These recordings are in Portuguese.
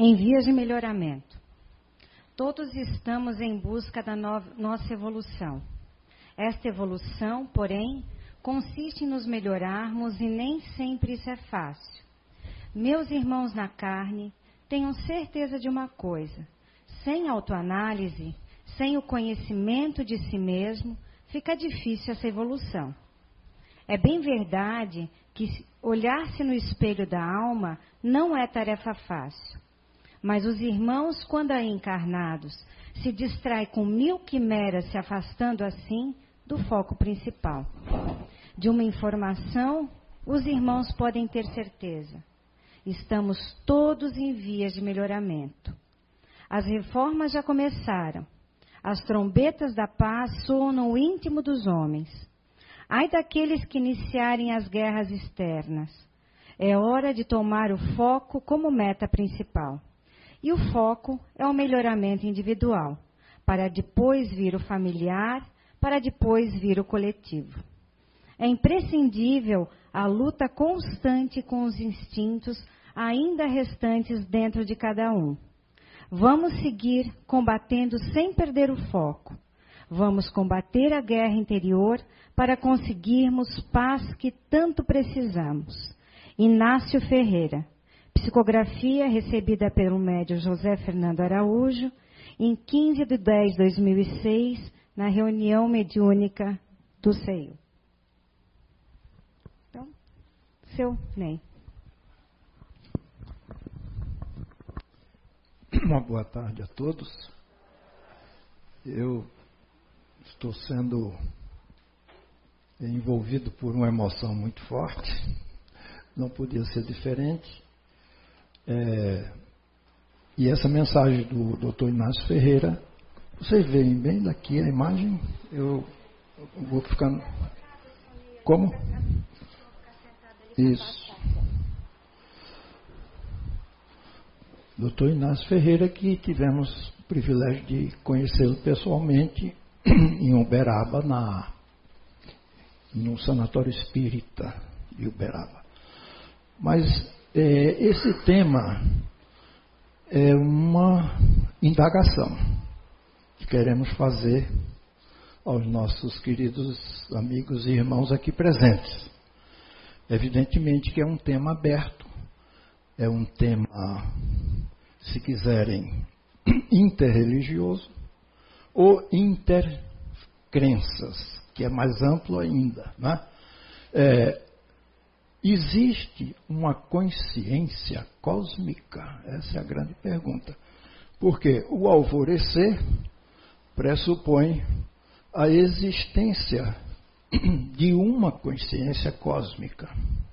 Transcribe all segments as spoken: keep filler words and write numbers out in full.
em vias de melhoramento. Todos estamos em busca da no- nossa evolução. Esta evolução, porém, consiste em nos melhorarmos e nem sempre isso é fácil. Meus irmãos na carne, tenham certeza de uma coisa: sem autoanálise, sem o conhecimento de si mesmo, fica difícil essa evolução. É bem verdade que olhar-se no espelho da alma não é tarefa fácil. Mas os irmãos, quando aí encarnados, se distraem com mil quimeras, se afastando assim do foco principal. De uma informação, os irmãos podem ter certeza: estamos todos em vias de melhoramento. As reformas já começaram. As trombetas da paz soam no íntimo dos homens. Ai daqueles que iniciarem as guerras externas. É hora de tomar o foco como meta principal. E o foco é o melhoramento individual, para depois vir o familiar, para depois vir o coletivo. É imprescindível a luta constante com os instintos ainda restantes dentro de cada um. Vamos seguir combatendo sem perder o foco. Vamos combater a guerra interior para conseguirmos paz que tanto precisamos. Inácio Ferreira. Psicografia recebida pelo médium José Fernando Araújo, em quinze de dez de dois mil e seis, na reunião mediúnica do C E U. Então, seu Ney. Uma boa tarde a todos. Eu estou sendo envolvido por uma emoção muito forte, não podia ser diferente. É, e essa mensagem do doutor Inácio Ferreira, vocês veem bem daqui a imagem? Eu vou ficando... Como? Isso. doutor Inácio Ferreira, que tivemos o privilégio de conhecê-lo pessoalmente em Uberaba, na, no Sanatório Espírita de Uberaba. Mas é, esse tema é uma indagação que queremos fazer aos nossos queridos amigos e irmãos aqui presentes. Evidentemente que é um tema aberto, é um tema, se quiserem, interreligioso ou intercrenças, que é mais amplo ainda, né? É, existe uma consciência cósmica? Essa é a grande pergunta. Porque o alvorecer pressupõe a existência de uma consciência cósmica.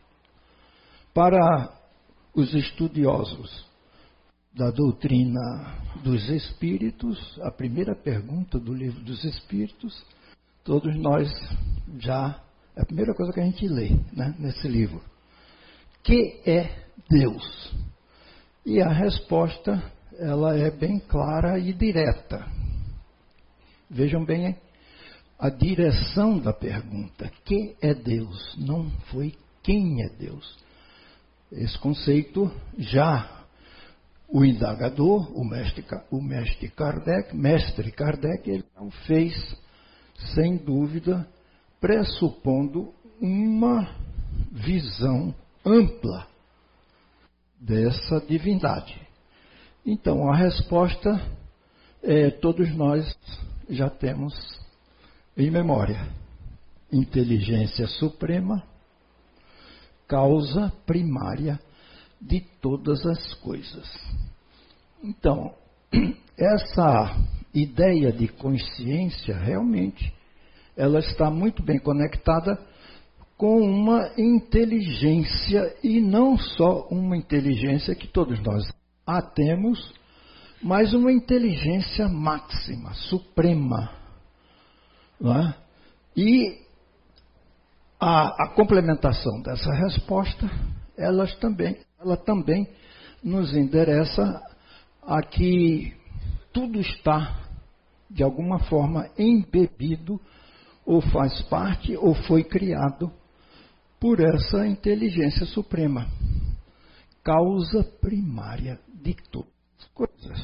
Para os estudiosos da doutrina dos espíritos, a primeira pergunta do livro dos espíritos, todos nós já... É a primeira coisa que a gente lê, né, nesse livro. Que é Deus? E a resposta, ela é bem clara e direta. Vejam bem a direção da pergunta. Que é Deus? Não foi quem é Deus. Esse conceito já o indagador, o mestre, o mestre Kardec, mestre Kardec, ele não fez, sem dúvida, pressupondo uma visão ampla dessa divindade. Então, a resposta é, todos nós já temos em memória. Inteligência suprema, causa primária de todas as coisas. Então, essa ideia de consciência, realmente, ela está muito bem conectada com uma inteligência, e não só uma inteligência que todos nós a temos, mas uma inteligência máxima, suprema. Não é? E a, a complementação dessa resposta, elas também, ela também nos endereça a que tudo está, de alguma forma, embebido, ou faz parte, ou foi criado por essa inteligência suprema, causa primária de todas coisas,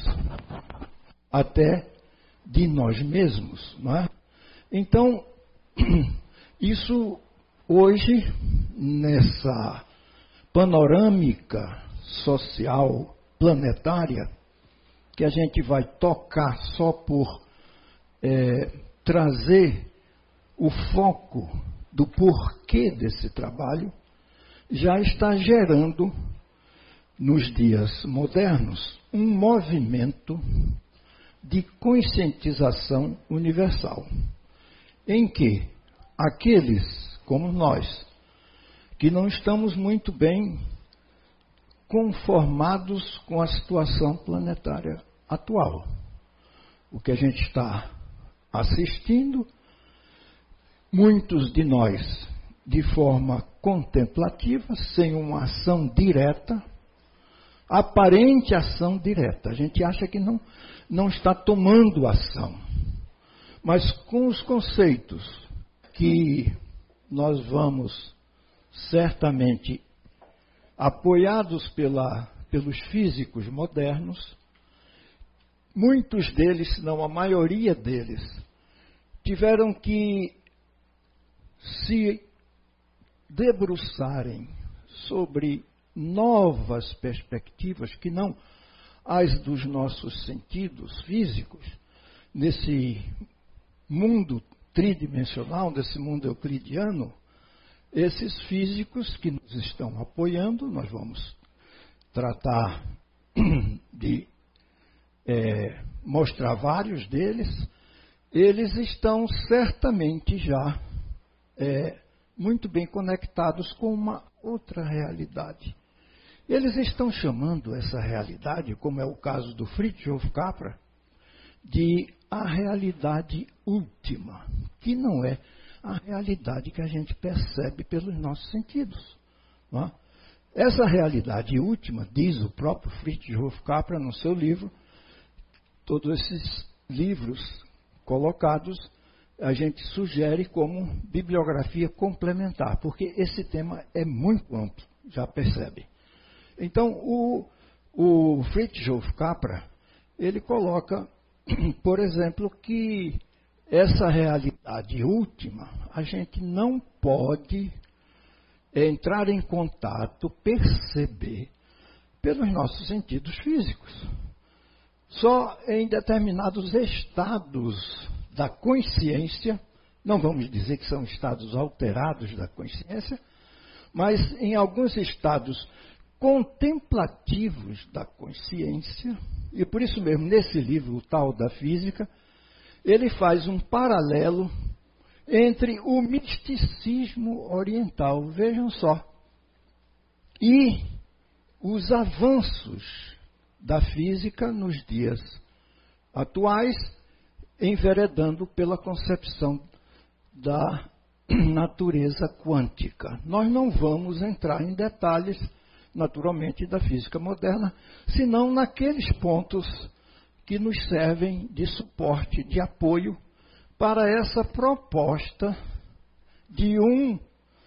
até de nós mesmos, não é? Então, isso hoje, nessa panorâmica social planetária, que a gente vai tocar só por é, trazer o foco do porquê desse trabalho, já está gerando, nos dias modernos, um movimento de conscientização universal, em que aqueles, como nós, que não estamos muito bem conformados com a situação planetária atual, o que a gente está assistindo, muitos de nós de forma contemplativa, sem uma ação direta, aparente ação direta. A gente acha que não, não está tomando ação. Mas com os conceitos que nós vamos, certamente, apoiados pela, pelos físicos modernos, muitos deles, se não a maioria deles, tiveram que se debruçarem sobre novas perspectivas que não as dos nossos sentidos físicos, nesse mundo tridimensional, nesse mundo euclidiano. Esses físicos que nos estão apoiando, nós vamos tratar de é, mostrar vários deles, eles estão certamente já é, muito bem conectados com uma outra realidade. Eles estão chamando essa realidade, como é o caso do Fritjof Capra, de a realidade última, que não é a realidade que a gente percebe pelos nossos sentidos. Não é? Essa realidade última, diz o próprio Fritjof Capra no seu livro, todos esses livros colocados, a gente sugere como bibliografia complementar, porque esse tema é muito amplo, já percebe. Então, o, o Fritjof Capra, ele coloca, por exemplo, que essa realidade última, a gente não pode entrar em contato, perceber, pelos nossos sentidos físicos. Só em determinados estados da consciência, não vamos dizer que são estados alterados da consciência, mas em alguns estados contemplativos da consciência, e por isso mesmo, nesse livro, o Tal da Física, ele faz um paralelo entre o misticismo oriental, vejam só, e os avanços da física nos dias atuais, enveredando pela concepção da natureza quântica. Nós não vamos entrar em detalhes, naturalmente, da física moderna, senão naqueles pontos que nos servem de suporte, de apoio para essa proposta de um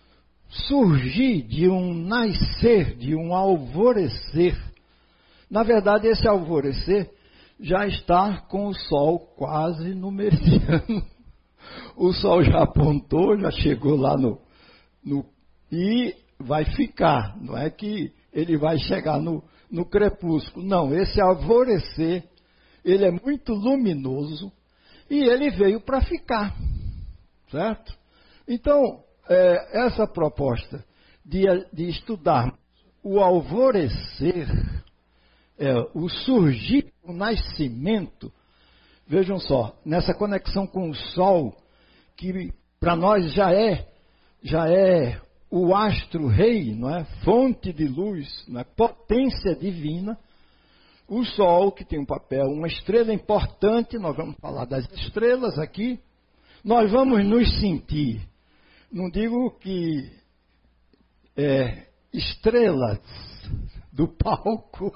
surgir, de um nascer, de um alvorecer. Na verdade, esse alvorecer já está com o Sol quase no meridiano. O Sol já apontou, já chegou lá no, no... e vai ficar. Não é que ele vai chegar no, no crepúsculo. Não, esse alvorecer, ele é muito luminoso e ele veio para ficar. Certo? Então, é, essa proposta de, de estudar o alvorecer, é, o surgir, o nascimento, vejam só, nessa conexão com o Sol, que para nós já é, já é o astro-rei, não é? Fonte de luz, não é? Potência divina, o Sol, que tem um papel, uma estrela importante, nós vamos falar das estrelas aqui, nós vamos nos sentir, não digo que é, estrelas do palco,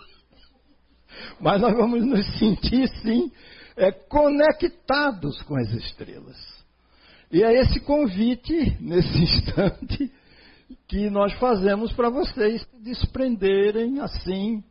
mas nós vamos nos sentir, sim, é, conectados com as estrelas. E é esse convite, nesse instante, que nós fazemos para vocês desprenderem, assim,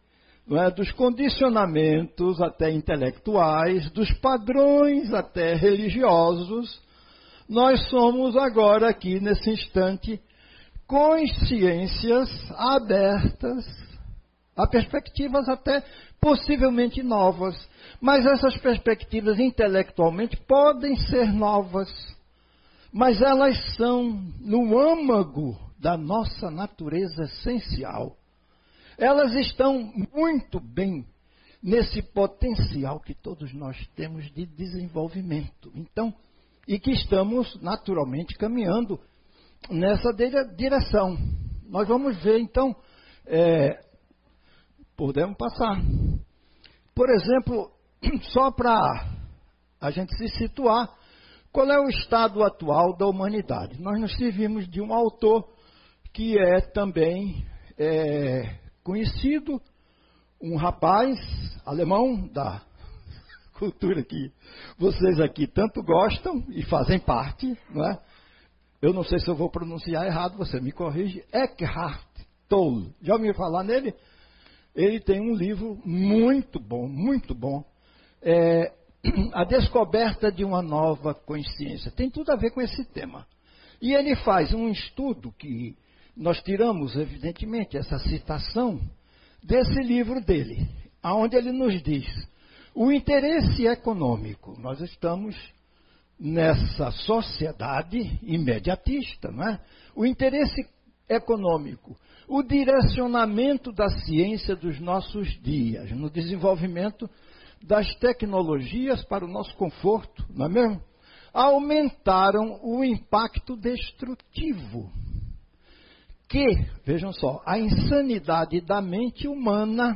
não é? Dos condicionamentos até intelectuais, dos padrões até religiosos, nós somos agora aqui, nesse instante, consciências abertas a perspectivas até possivelmente novas. Mas essas perspectivas intelectualmente podem ser novas, mas elas são no âmago da nossa natureza essencial. Elas estão muito bem nesse potencial que todos nós temos de desenvolvimento. Então, e que estamos naturalmente caminhando nessa direção. Nós vamos ver, então, é, podemos passar. Por exemplo, só para a gente se situar, qual é o estado atual da humanidade? Nós nos servimos de um autor que é também é, conhecido, um rapaz alemão da cultura que vocês aqui tanto gostam e fazem parte, não é? Eu não sei se eu vou pronunciar errado, você me corrige. Eckhart Tolle. Já ouviu falar nele? Ele tem um livro muito bom, muito bom. É, A Descoberta de uma Nova Consciência. Tem tudo a ver com esse tema. E ele faz um estudo que nós tiramos, evidentemente, essa citação desse livro dele, onde ele nos diz: o interesse econômico. Nós estamos nessa sociedade imediatista, não é? O interesse econômico, o direcionamento da ciência dos nossos dias, no desenvolvimento das tecnologias para o nosso conforto, não é mesmo? Aumentaram o impacto destrutivo que, vejam só, a insanidade da mente humana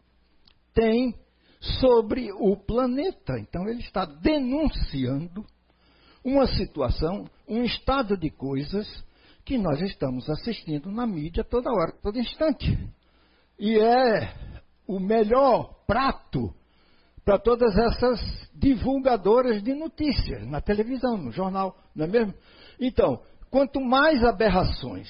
tem sobre o planeta. Então ele está denunciando uma situação, um estado de coisas que nós estamos assistindo na mídia toda hora, todo instante. E é o melhor prato para todas essas divulgadoras de notícias, na televisão, no jornal, não é mesmo? Então, quanto mais aberrações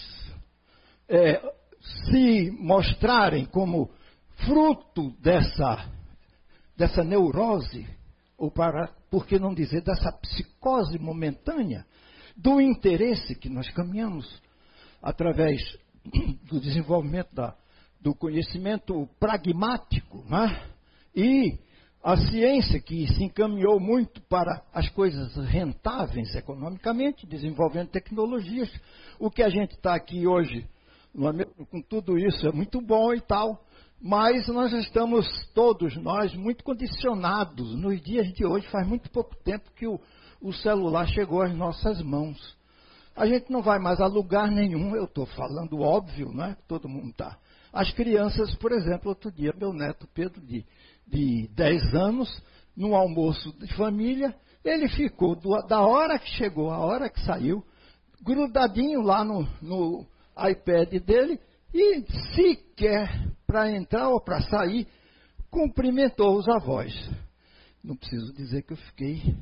é, se mostrarem como fruto dessa, dessa neurose, ou para, por que não dizer, dessa psicose momentânea, do interesse que nós caminhamos através do desenvolvimento da, do conhecimento pragmático, né? E a ciência que se encaminhou muito para as coisas rentáveis economicamente, desenvolvendo tecnologias. O que a gente está aqui hoje, com tudo isso, é muito bom e tal, mas nós estamos, todos nós, muito condicionados. Nos dias de hoje, faz muito pouco tempo que o, o celular chegou às nossas mãos. A gente não vai mais a lugar nenhum, eu estou falando óbvio, não é? Todo mundo está. As crianças, por exemplo, outro dia, meu neto Pedro, de, de dez anos, num almoço de família, ele ficou, do, da hora que chegou, a hora que saiu, grudadinho lá no, no iPad dele, e sequer para entrar ou para sair, cumprimentou os avós. Não preciso dizer que eu fiquei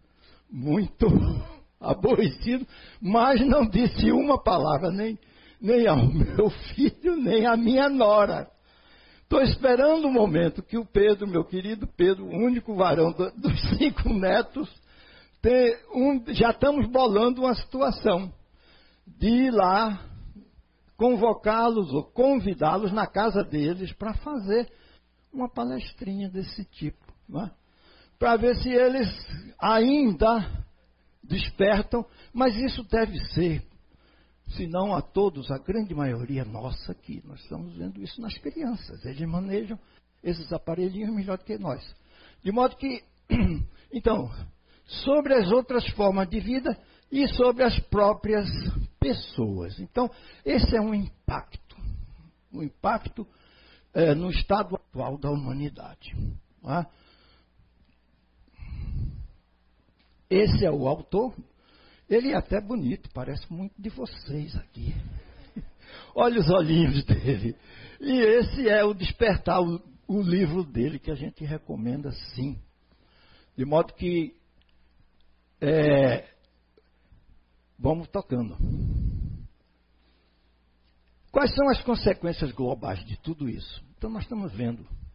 muito aborrecido, mas não disse uma palavra, nem, nem ao meu filho, nem à minha nora. Estou esperando o momento que o Pedro, meu querido Pedro, o único varão do, dos cinco netos, tem um, já estamos bolando uma situação de ir lá convocá-los ou convidá-los na casa deles para fazer uma palestrinha desse tipo, não é? Para ver se eles ainda despertam, mas isso deve ser, se não a todos, a grande maioria nossa aqui. Nós estamos vendo isso nas crianças, eles manejam esses aparelhinhos melhor do que nós. De modo que, então, sobre as outras formas de vida e sobre as próprias pessoas. Então, esse é um impacto, um impacto é, no estado atual da humanidade. Não é? Esse é o autor, ele é até bonito, parece muito de vocês aqui. Olha os olhinhos dele. E esse é o Despertar, o, o livro dele, que a gente recomenda sim. De modo que, é, vamos tocando. Quais são as consequências globais de tudo isso? Então nós estamos vendo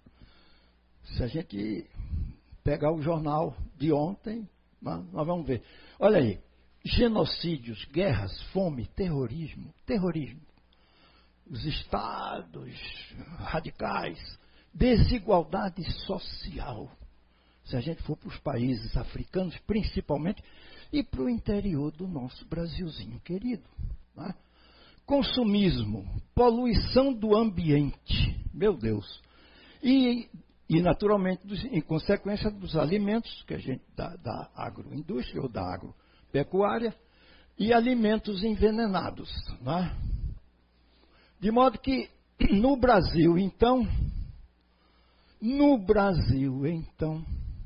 Se a gente pegar o jornal de ontem, nós vamos ver. Olha aí, genocídios, guerras, fome, terrorismo, terrorismo. Os estados radicais, desigualdade social. Se a gente for para os países africanos, principalmente, e para o interior do nosso Brasilzinho querido. Né? Consumismo, poluição do ambiente, meu Deus. E, e naturalmente, dos, em consequência dos alimentos que a gente dá da agroindústria ou da agropecuária, e alimentos envenenados. Né? De modo que, no Brasil, então, no Brasil, então,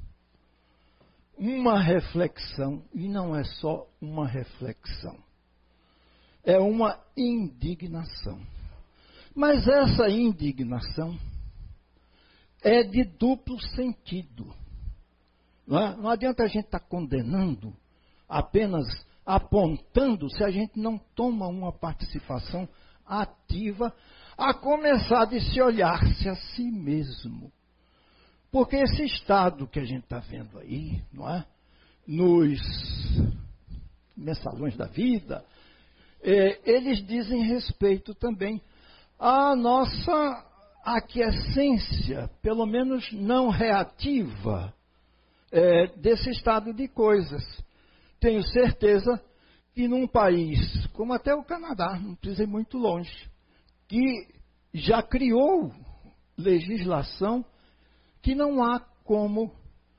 uma reflexão, e não é só uma reflexão, é uma indignação. Mas essa indignação é de duplo sentido. Não é? Não adianta a gente estar condenando, apenas apontando, se a gente não toma uma participação ativa, a começar de se olhar-se a si mesmo. Porque esse estado que a gente está vendo aí, não é? Nos mensalões da vida, é, eles dizem respeito também à nossa aquiescência, pelo menos não reativa, é, desse estado de coisas. Tenho certeza que num país, como até o Canadá, não precisa ir muito longe, que já criou legislação que não há como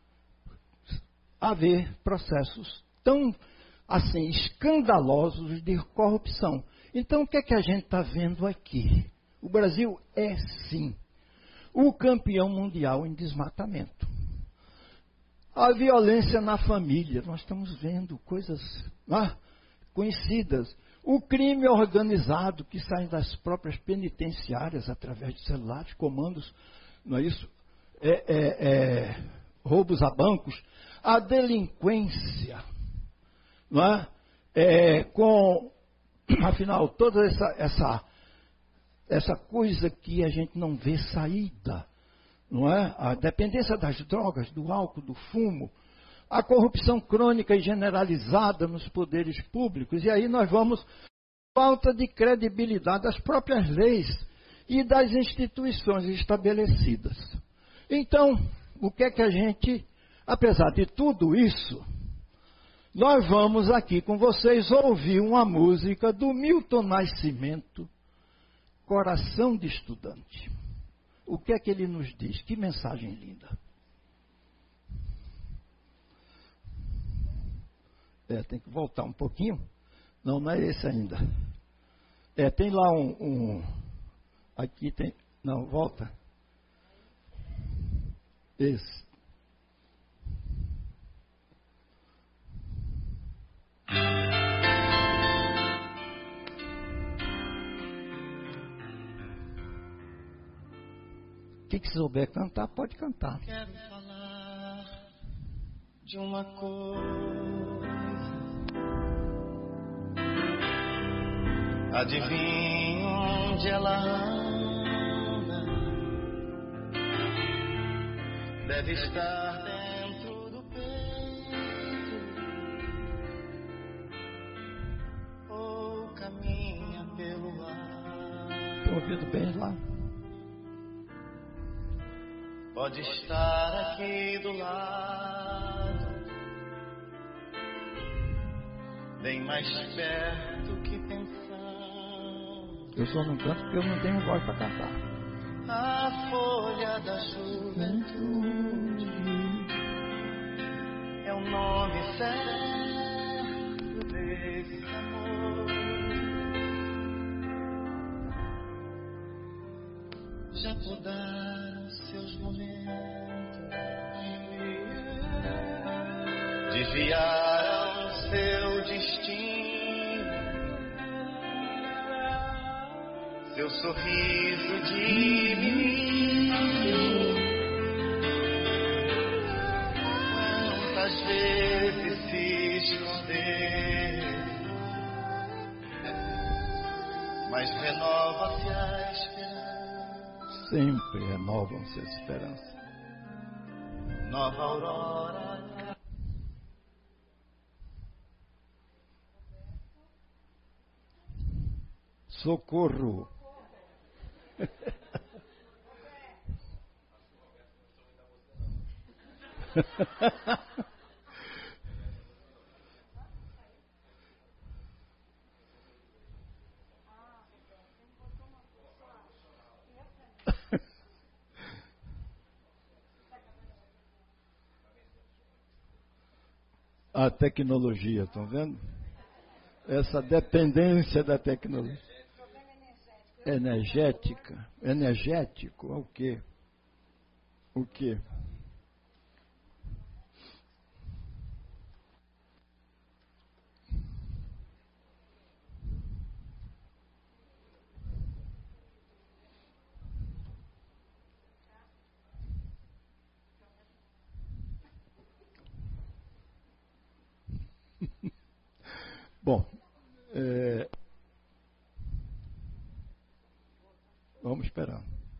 haver processos tão assim escandalosos de corrupção. Então, o que é que a gente está vendo aqui? O Brasil é, sim, o campeão mundial em desmatamento. A violência na família, nós estamos vendo coisas ah, conhecidas. O crime organizado que sai das próprias penitenciárias através de celulares, comandos, não é isso? É, é, é, roubos a bancos, a delinquência, não é? É, com, afinal, toda essa, essa, essa coisa que a gente não vê saída, não é? A dependência das drogas, do álcool, do fumo, a corrupção crônica e generalizada nos poderes públicos, e aí nós vamos, falta de credibilidade das próprias leis e das instituições estabelecidas. Então, o que é que a gente, apesar de tudo isso, nós vamos aqui com vocês ouvir uma música do Milton Nascimento, Coração de Estudante. O que é que ele nos diz? Que mensagem linda. É, tem que voltar um pouquinho. Não, não é esse ainda. É, tem lá um, um... Aqui tem... Não, volta. Esse. Quem que souber cantar, pode cantar. Quero falar de uma coisa. Adivinha onde ela anda? Deve estar dentro do peito, ou caminha pelo ar. Estou ouvindo bem lá. Pode estar aqui do lado, bem mais perto que pensamos. Eu só não canto porque eu não tenho voz para cantar. A folha da juventude é o nome certo desse amor. Já podaram seus momentos, desviaram seu destino, seu sorriso de menino. Quantas vezes se esconder, mas renova-se a esperança. Sempre renovam-se a esperança. nova aurora. Socorro. A tecnologia, estão vendo? Essa dependência da tecnologia. Energética. Energético, é o quê? O quê? Bom, é... vamos esperar.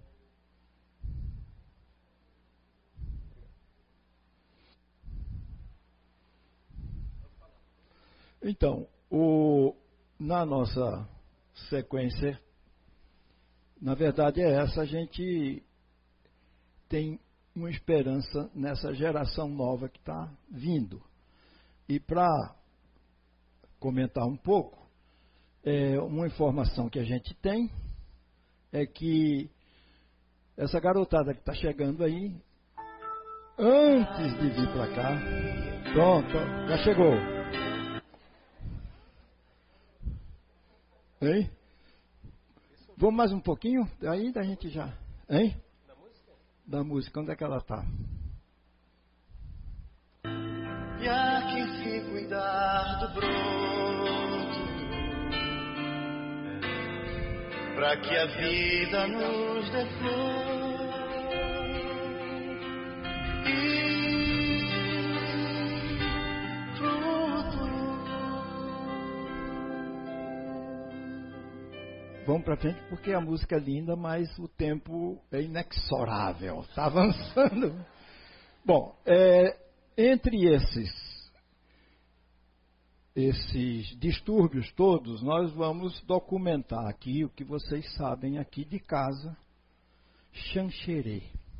Então, o... na nossa sequência, na verdade é essa, a gente tem uma esperança nessa geração nova que está vindo. E para comentar um pouco, é, uma informação que a gente tem é que essa garotada que está chegando aí, antes de vir para cá, pronto, já chegou. Hein? Vamos mais um pouquinho? Aí a gente já... Hein? Da música? Da música, onde é que ela está? E há quem se cuidar do broto, pra que a vida nos dê flor. E fruto. Vamos para frente porque a música é linda, mas o tempo é inexorável, está avançando. Bom, é... entre esses, esses distúrbios todos, nós vamos documentar aqui o que vocês sabem aqui de casa, Xanxerê.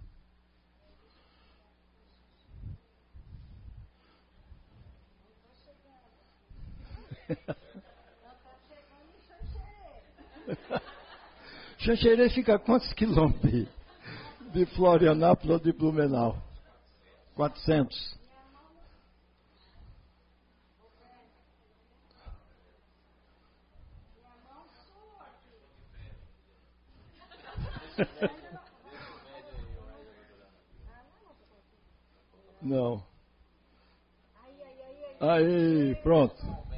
Xanxerê fica a quantos quilômetros de, de Florianópolis ou de Blumenau? quatrocentos. Não. Aí, pronto.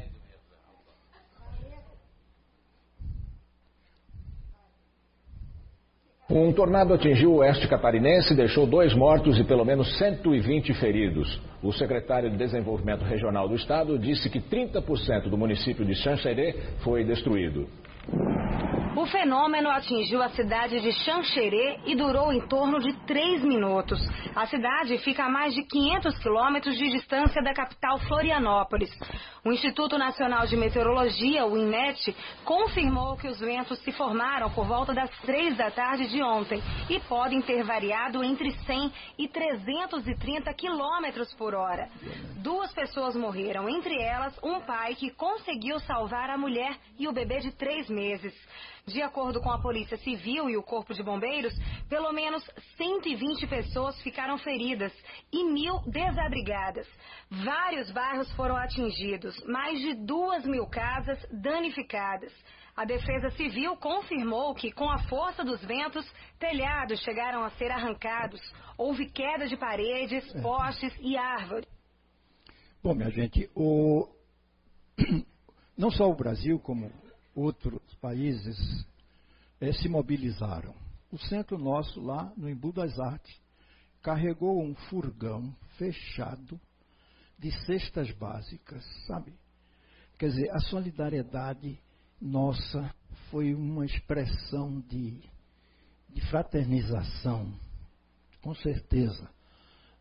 Um tornado atingiu o oeste catarinense e deixou dois mortos e pelo menos cento e vinte feridos. O secretário de Desenvolvimento Regional do Estado disse que trinta por cento do município de Xanxerê foi destruído. O fenômeno atingiu a cidade de Xanxerê e durou em torno de três minutos. A cidade fica a mais de quinhentos quilômetros de distância da capital Florianópolis. O Instituto Nacional de Meteorologia, o INMET, confirmou que os ventos se formaram por volta das três da tarde de ontem e podem ter variado entre cem e trezentos e trinta quilômetros por hora. Duas pessoas morreram, entre elas um pai que conseguiu salvar a mulher e o bebê de três meses. De acordo com a Polícia Civil e o Corpo de Bombeiros, pelo menos cento e vinte pessoas ficaram feridas e mil desabrigadas. Vários bairros foram atingidos, mais de duas mil casas danificadas. A Defesa Civil confirmou que, com a força dos ventos, telhados chegaram a ser arrancados. Houve queda de paredes, postes e árvores. Bom, minha gente, o... não só o Brasil, como outros países eh, se mobilizaram. O centro nosso, lá no Embu das Artes, carregou um furgão fechado de cestas básicas, sabe? Quer dizer, a solidariedade nossa foi uma expressão de, de fraternização, com certeza.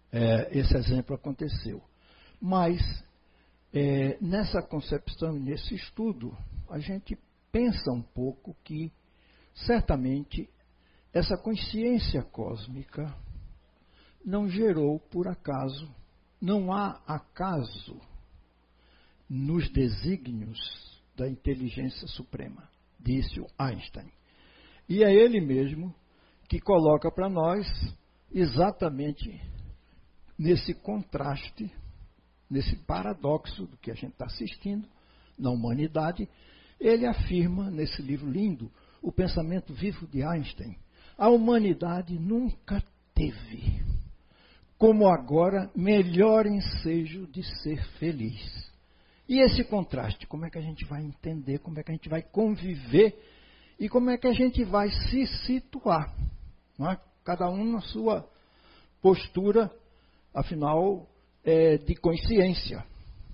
é, esse exemplo aconteceu. Mas, é, nessa concepção e nesse estudo, a gente pensa um pouco que, certamente, essa consciência cósmica não gerou por acaso, não há acaso nos desígnios da inteligência suprema, disse o Einstein. E é ele mesmo que coloca para nós exatamente nesse contraste, nesse paradoxo do que a gente está assistindo na humanidade. Ele afirma nesse livro lindo, O Pensamento Vivo de Einstein, a humanidade nunca teve, como agora, melhor ensejo de ser feliz. E esse contraste, como é que a gente vai entender, como é que a gente vai conviver e como é que a gente vai se situar, não é? Cada um na sua postura, afinal, é, de consciência.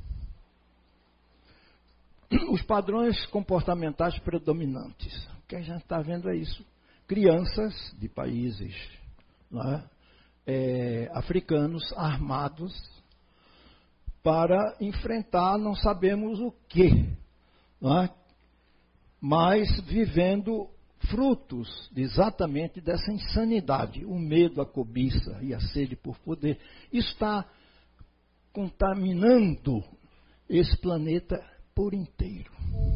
Os padrões comportamentais predominantes, o que a gente está vendo é isso. Crianças de países, não é? É, africanos armados para enfrentar não sabemos o quê, não é? Mas vivendo frutos exatamente dessa insanidade, o medo, a cobiça e a sede por poder. Isso está contaminando esse planeta por inteiro.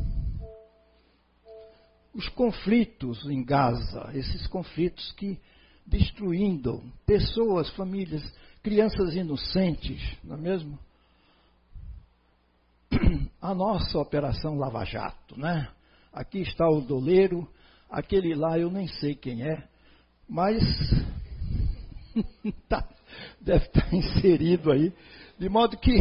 Os conflitos em Gaza, esses conflitos que destruindo pessoas, famílias, crianças inocentes, não é mesmo? A nossa Operação Lava Jato, né? Aqui está o doleiro, aquele lá eu nem sei quem é, mas tá, deve estar inserido aí, de modo que...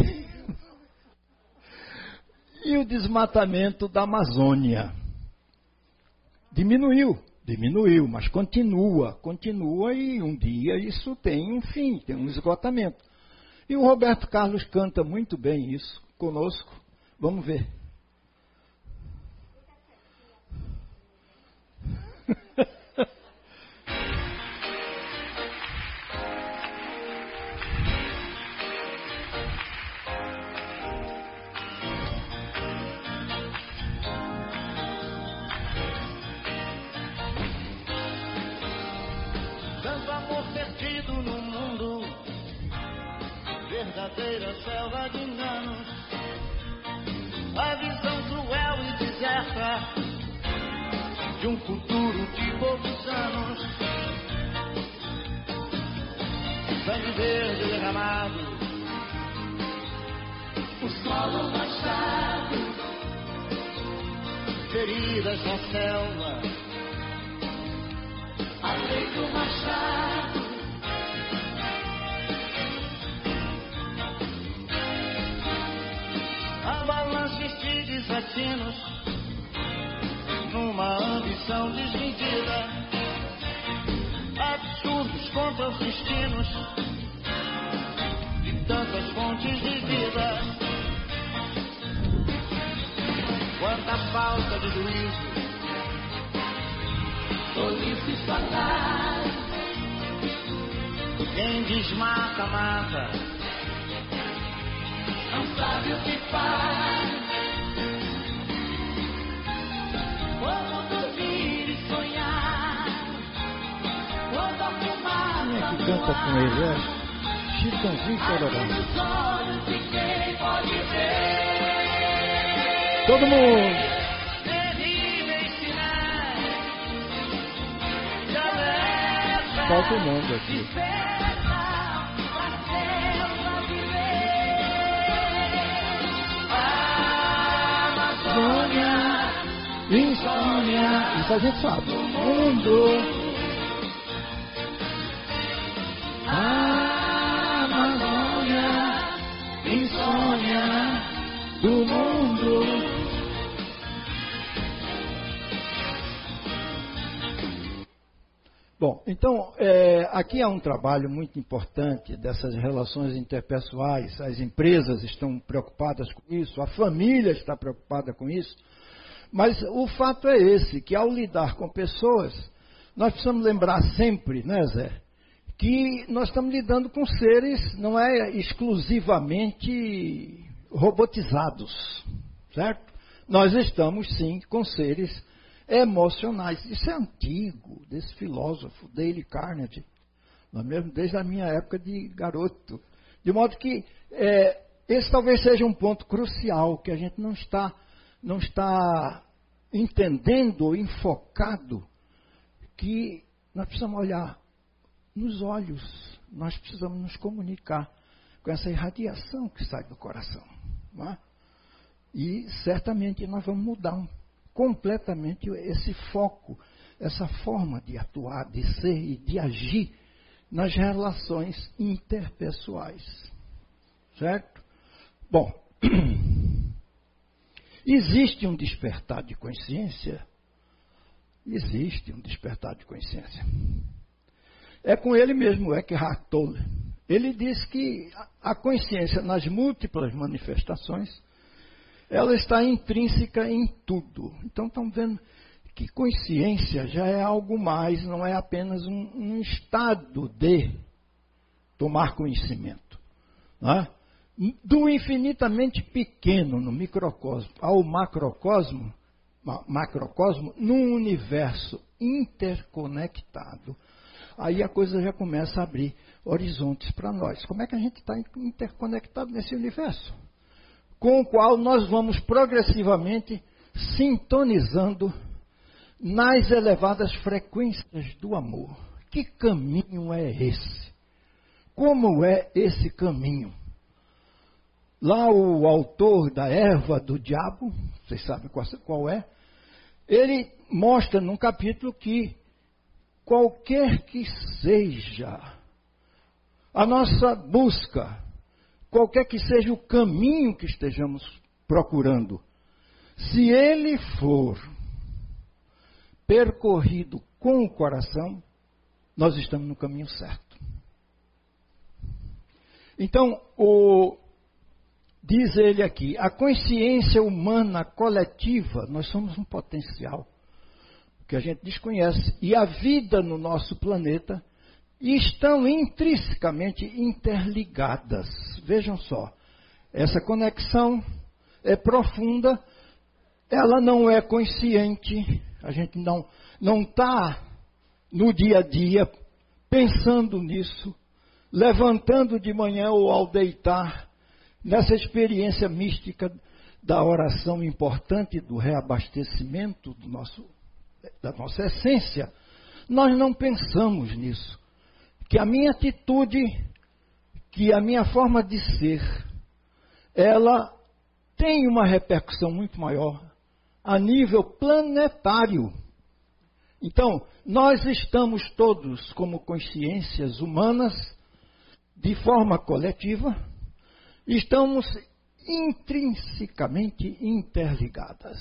E o desmatamento da Amazônia diminuiu, diminuiu, mas continua, continua e um dia isso tem um fim, tem um esgotamento. E o Roberto Carlos canta muito bem isso conosco. Vamos ver. Tanto amor perdido no mundo, verdadeira selva de enganos. A visão cruel e deserta de um futuro de poucos anos. Sangue verde derramado, o solo manchado, feridas na selva, a lei do machado. Avalanches de desatinos, numa ambição desmedida, absurdos contra os destinos de tantas fontes de vida. Quanta falta de juízo, tolices fatais. Quem desmata, mata, não sabe o que faz. Quando dormir e sonhar, quando a fumaça Quem é que canta com ele? É Chitãozinho Chororó. nos olhos de quem pode ver. Todo mundo! Terríveis sinais de alerta, Falta o mundo aqui. desperta pra selva viver. Amazônia, Insônia! Isso a gente sabe. Mundo! Amazônia, insônia Do mundo! Bom, então, é, aqui há um trabalho muito importante dessas relações interpessoais. As empresas estão preocupadas com isso, a família está preocupada com isso. Mas o fato é esse, que ao lidar com pessoas, nós precisamos lembrar sempre, né, Zé, que nós estamos lidando com seres, não é exclusivamente robotizados, certo? Nós estamos, sim, com seres emocionais. Isso é antigo, desse filósofo, Dale Carnegie, não é mesmo? Desde a minha época de garoto. De modo que é, esse talvez seja um ponto crucial, que a gente não está, não está entendendo ou enfocado, que nós precisamos olhar nos olhos, nós precisamos nos comunicar com essa irradiação que sai do coração. Não é? E certamente nós vamos mudar um, completamente esse foco, essa forma de atuar, de ser e de agir nas relações interpessoais. Certo? Bom, existe um despertar de consciência? Existe um despertar de consciência. É com ele mesmo, Eckhart Tolle. Ele diz que a consciência, nas múltiplas manifestações, ela está intrínseca em tudo. Então, estamos vendo que consciência já é algo mais, não é apenas um, um estado de tomar conhecimento. Não é? Do infinitamente pequeno no microcosmo ao macrocosmo, macrocosmo, num universo interconectado, aí a coisa já começa a abrir horizontes para nós. Como é que a gente está interconectado nesse universo? Com o qual nós vamos progressivamente sintonizando nas elevadas frequências do amor. Que caminho é esse? Como é esse caminho? Lá o autor da Erva do Diabo, vocês sabem qual é, ele mostra num capítulo que qualquer que seja a nossa busca, qualquer que seja o caminho que estejamos procurando, se ele for percorrido com o coração, nós estamos no caminho certo. Então, o, diz ele aqui, a consciência humana coletiva, nós somos um potencial que a gente desconhece, e a vida no nosso planeta estão intrinsecamente interligadas. Vejam só, essa conexão é profunda, ela não é consciente, a gente não não está no dia a dia pensando nisso, levantando de manhã ou ao deitar, nessa experiência mística da oração importante, do reabastecimento do nosso, da nossa essência. Nós não pensamos nisso. Que a minha atitude, que a minha forma de ser, ela tem uma repercussão muito maior a nível planetário. Então, nós estamos todos como consciências humanas, de forma coletiva, estamos intrinsecamente interligadas.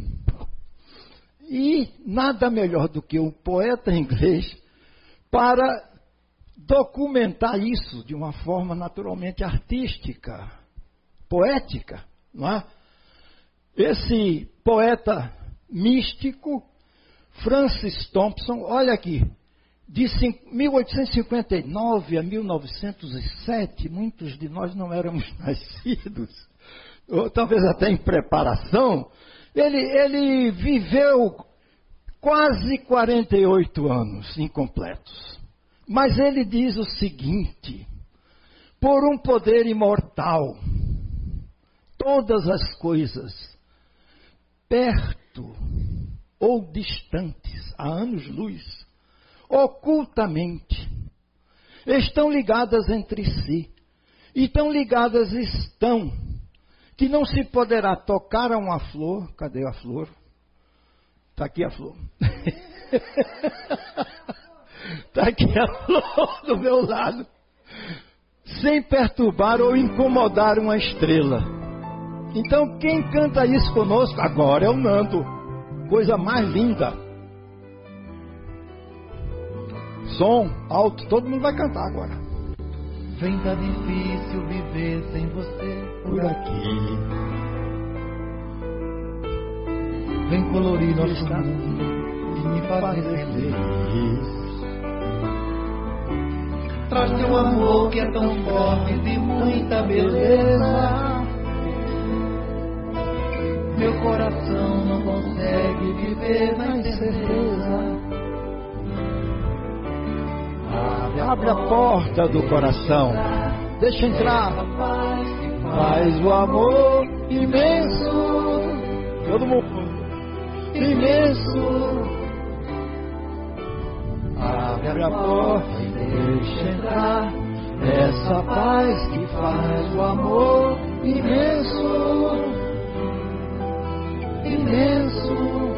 E nada melhor do que um poeta inglês para documentar isso de uma forma naturalmente artística, poética, não é? Esse poeta místico, Francis Thompson, olha aqui, de mil oitocentos e cinquenta e nove a mil novecentos e sete, muitos de nós não éramos nascidos, ou talvez até em preparação, ele, ele viveu quase quarenta e oito anos incompletos. Mas ele diz o seguinte, por um poder imortal, todas as coisas, perto ou distantes, a anos-luz, ocultamente, estão ligadas entre si, e tão ligadas estão, que não se poderá tocar a uma flor, cadê a flor? Está aqui a flor. Está aqui a flor do meu lado, sem perturbar ou incomodar uma estrela. Então, quem canta isso conosco agora é o Nando. Coisa mais linda. Som alto, todo mundo vai cantar agora. Vem, tá difícil viver sem você por aqui. Vem colorir nosso mundo e me fazer feliz. traz teu amor que é tão forte e de muita beleza. Meu coração não consegue viver na incerteza. Abre, abre a porta do coração, deixa entrar. Faz o amor imenso, todo mundo, imenso. Abre a porta e deixa entrar essa paz que faz o amor imenso, imenso.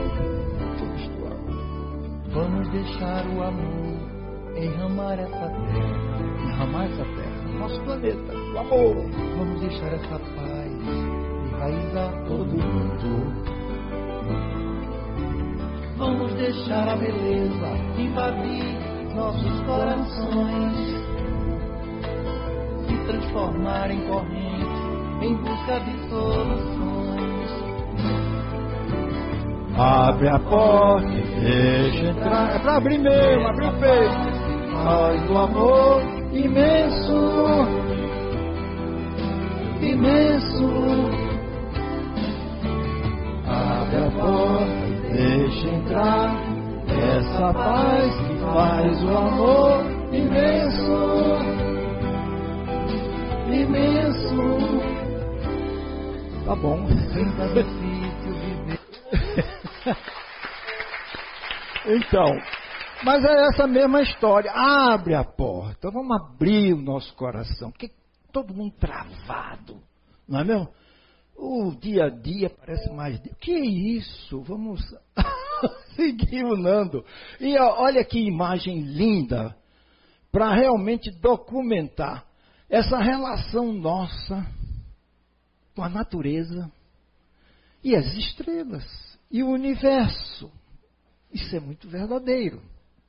Vamos deixar o amor enramar essa terra, enramar essa terra, nosso planeta, o amor. Vamos deixar essa paz enraizar todo mundo. Vamos deixar a beleza invadir nossos corações, se transformar em corrente em busca de soluções. Abre a porta e deixa entrar. É para abrir mesmo, abrir o peito. Faz do amor imenso, imenso. Abre a porta e deixa entrar essa paz que faz o amor imenso, imenso. Tá bom. Ainda difícil viver. Então, mas é essa mesma história. Abre a porta, vamos abrir o nosso coração, porque todo mundo travado, não é mesmo? O dia a dia parece mais... Que isso? Vamos seguir unando. E olha que imagem linda para realmente documentar essa relação nossa com a natureza e as estrelas e o universo. Isso é muito verdadeiro.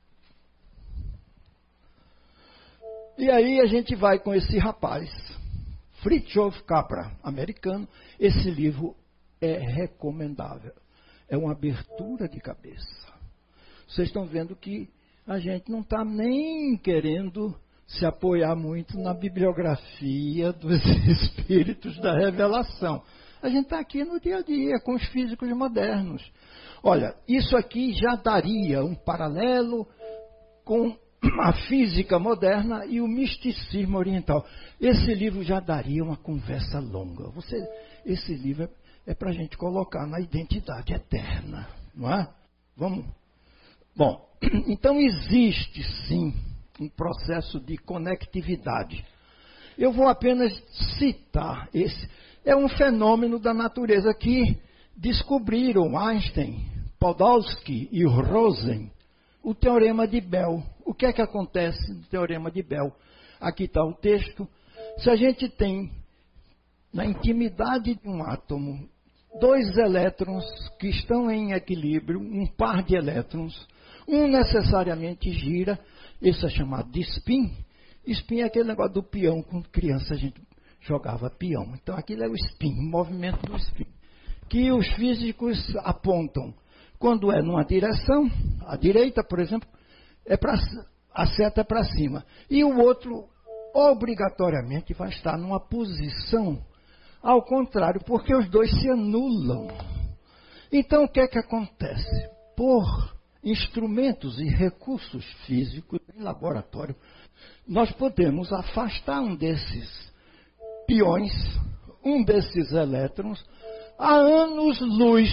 E aí a gente vai com esse rapaz, Fritjof Capra, americano. Esse livro é recomendável. É uma abertura de cabeça. Vocês estão vendo que a gente não está nem querendo se apoiar muito na bibliografia dos espíritos da revelação. A gente está aqui no dia a dia, com os físicos modernos. Olha, isso aqui já daria um paralelo com a física moderna e o misticismo oriental. Esse livro já daria uma conversa longa. Você, esse livro é, é para a gente colocar na identidade eterna, não é? Vamos? Bom, então existe sim um processo de conectividade. Eu vou apenas citar esse. É um fenômeno da natureza que descobriram Einstein, Podolsky e Rosen, o teorema de Bell. O que é que acontece no teorema de Bell? Aqui está o texto. Se a gente tem, na intimidade de um átomo, dois elétrons que estão em equilíbrio, um par de elétrons, um necessariamente gira, isso é chamado de spin. Spin é aquele negócio do peão, quando criança a gente jogava peão. Então aquilo é o spin, o movimento do spin, que os físicos apontam. Quando é numa direção, a direita, por exemplo, é pra, a seta é para cima. E o outro, obrigatoriamente, vai estar numa posição ao contrário, porque os dois se anulam. Então, o que é que acontece? Por instrumentos e recursos físicos em laboratório, nós podemos afastar um desses piões, um desses elétrons, a anos-luz.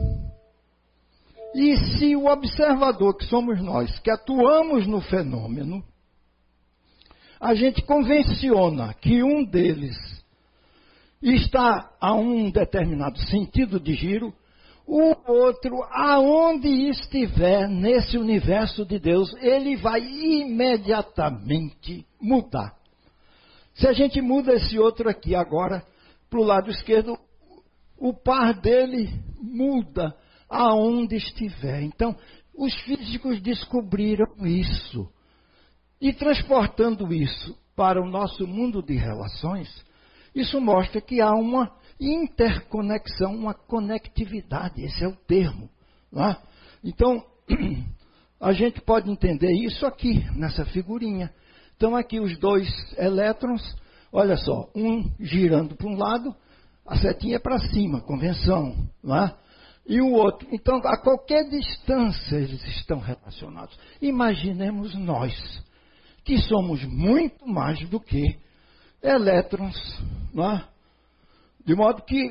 E se o observador, que somos nós, que atuamos no fenômeno, a gente convenciona que um deles está a um determinado sentido de giro, o outro, aonde estiver nesse universo de Deus, ele vai imediatamente mudar. Se a gente muda esse outro aqui agora para o lado esquerdo, o par dele muda aonde estiver. Então, os físicos descobriram isso. E transportando isso para o nosso mundo de relações, isso mostra que há uma interconexão, uma conectividade. Esse é o termo. Não é? Então, a gente pode entender isso aqui, nessa figurinha. Então aqui os dois elétrons, olha só, um girando para um lado, a setinha é para cima, convenção, não é? E o outro. Então, a qualquer distância eles estão relacionados. Imaginemos nós, que somos muito mais do que elétrons, não é? De modo que,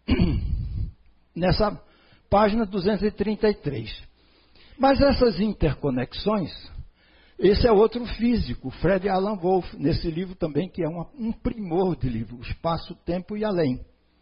nessa página duzentos e trinta e três. Mas essas interconexões, esse é outro físico, Fred Alan Wolf, nesse livro também, que é uma, um primor de livro, Espaço, Tempo e Além.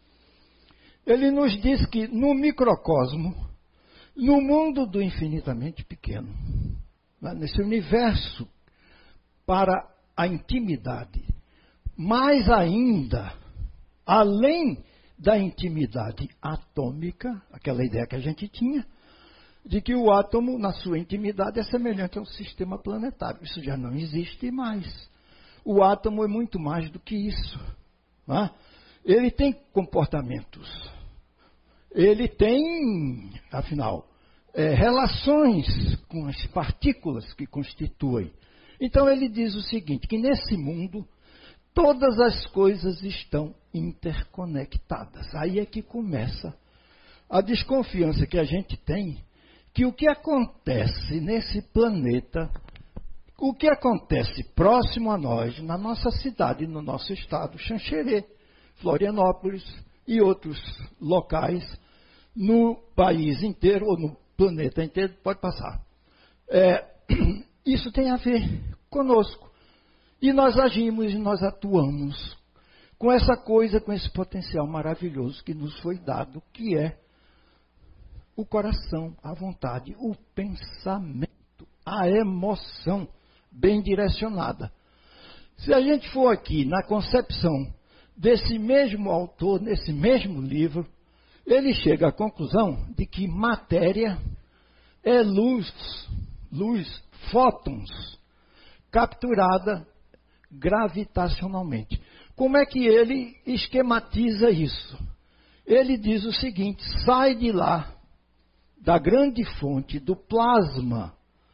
Ele nos diz que no microcosmo, no mundo do infinitamente pequeno, nesse universo para a intimidade, mais ainda, além da intimidade atômica, aquela ideia que a gente tinha, de que o átomo, na sua intimidade, é semelhante ao sistema planetário. Isso já não existe mais. O átomo é muito mais do que isso. Não é? Ele tem comportamentos. Ele tem, afinal, é, relações com as partículas que constituem. Então ele diz o seguinte, que nesse mundo todas as coisas estão interconectadas. Aí é que começa a desconfiança que a gente tem, que o que acontece nesse planeta, o que acontece próximo a nós, na nossa cidade, no nosso estado, Xanxerê, Florianópolis e outros locais, no país inteiro ou no planeta inteiro, pode passar. É, isso tem a ver conosco. E nós agimos e nós atuamos com essa coisa, com esse potencial maravilhoso que nos foi dado, que é o coração, a vontade, o pensamento, a emoção bem direcionada. Se a gente for aqui na concepção desse mesmo autor, nesse mesmo livro, ele chega à conclusão de que matéria é luz, luz, fótons, capturada gravitacionalmente. Como é que ele esquematiza isso? Ele diz o seguinte, sai de lá, da grande fonte, do plasma,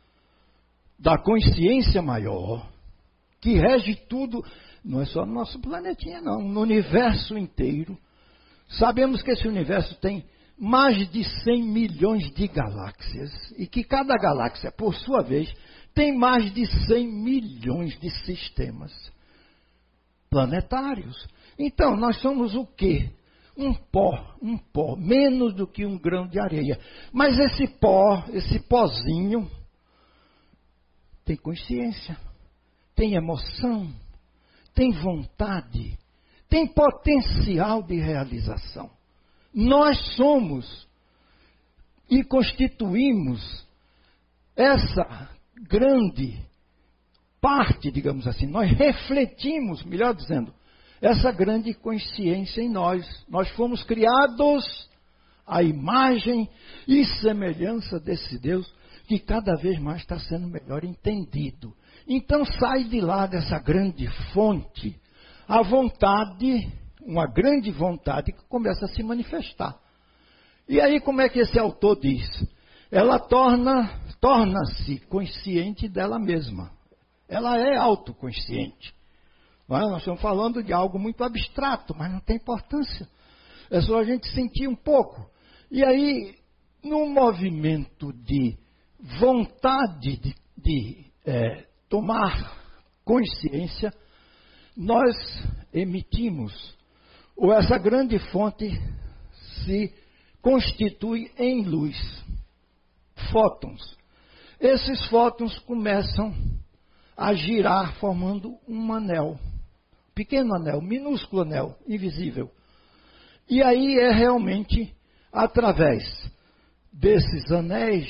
da consciência maior, que rege tudo, não é só no nosso planetinha, não, no universo inteiro. Sabemos que esse universo tem mais de cem milhões de galáxias e que cada galáxia, por sua vez, tem mais de cem milhões de sistemas planetários. Então, nós somos o quê? Um pó, um pó, menos do que um grão de areia. Mas esse pó, esse pozinho, tem consciência, tem emoção, tem vontade, tem potencial de realização. Nós somos e constituímos essa grande parte, digamos assim, nós refletimos, melhor dizendo, essa grande consciência em nós. Nós fomos criados à imagem e semelhança desse Deus que cada vez mais está sendo melhor entendido. Então sai de lá dessa grande fonte a vontade, uma grande vontade que começa a se manifestar. E aí como é que esse autor diz? Ela torna, torna-se consciente dela mesma. Ela é autoconsciente. Nós estamos falando de algo muito abstrato, mas não tem importância. É só a gente sentir um pouco. E aí, no movimento de vontade de, de é, tomar consciência, nós emitimos, ou essa grande fonte se constitui em luz, fótons. Esses fótons começam a girar formando um anel, pequeno anel, minúsculo anel, invisível. E aí é realmente através desses anéis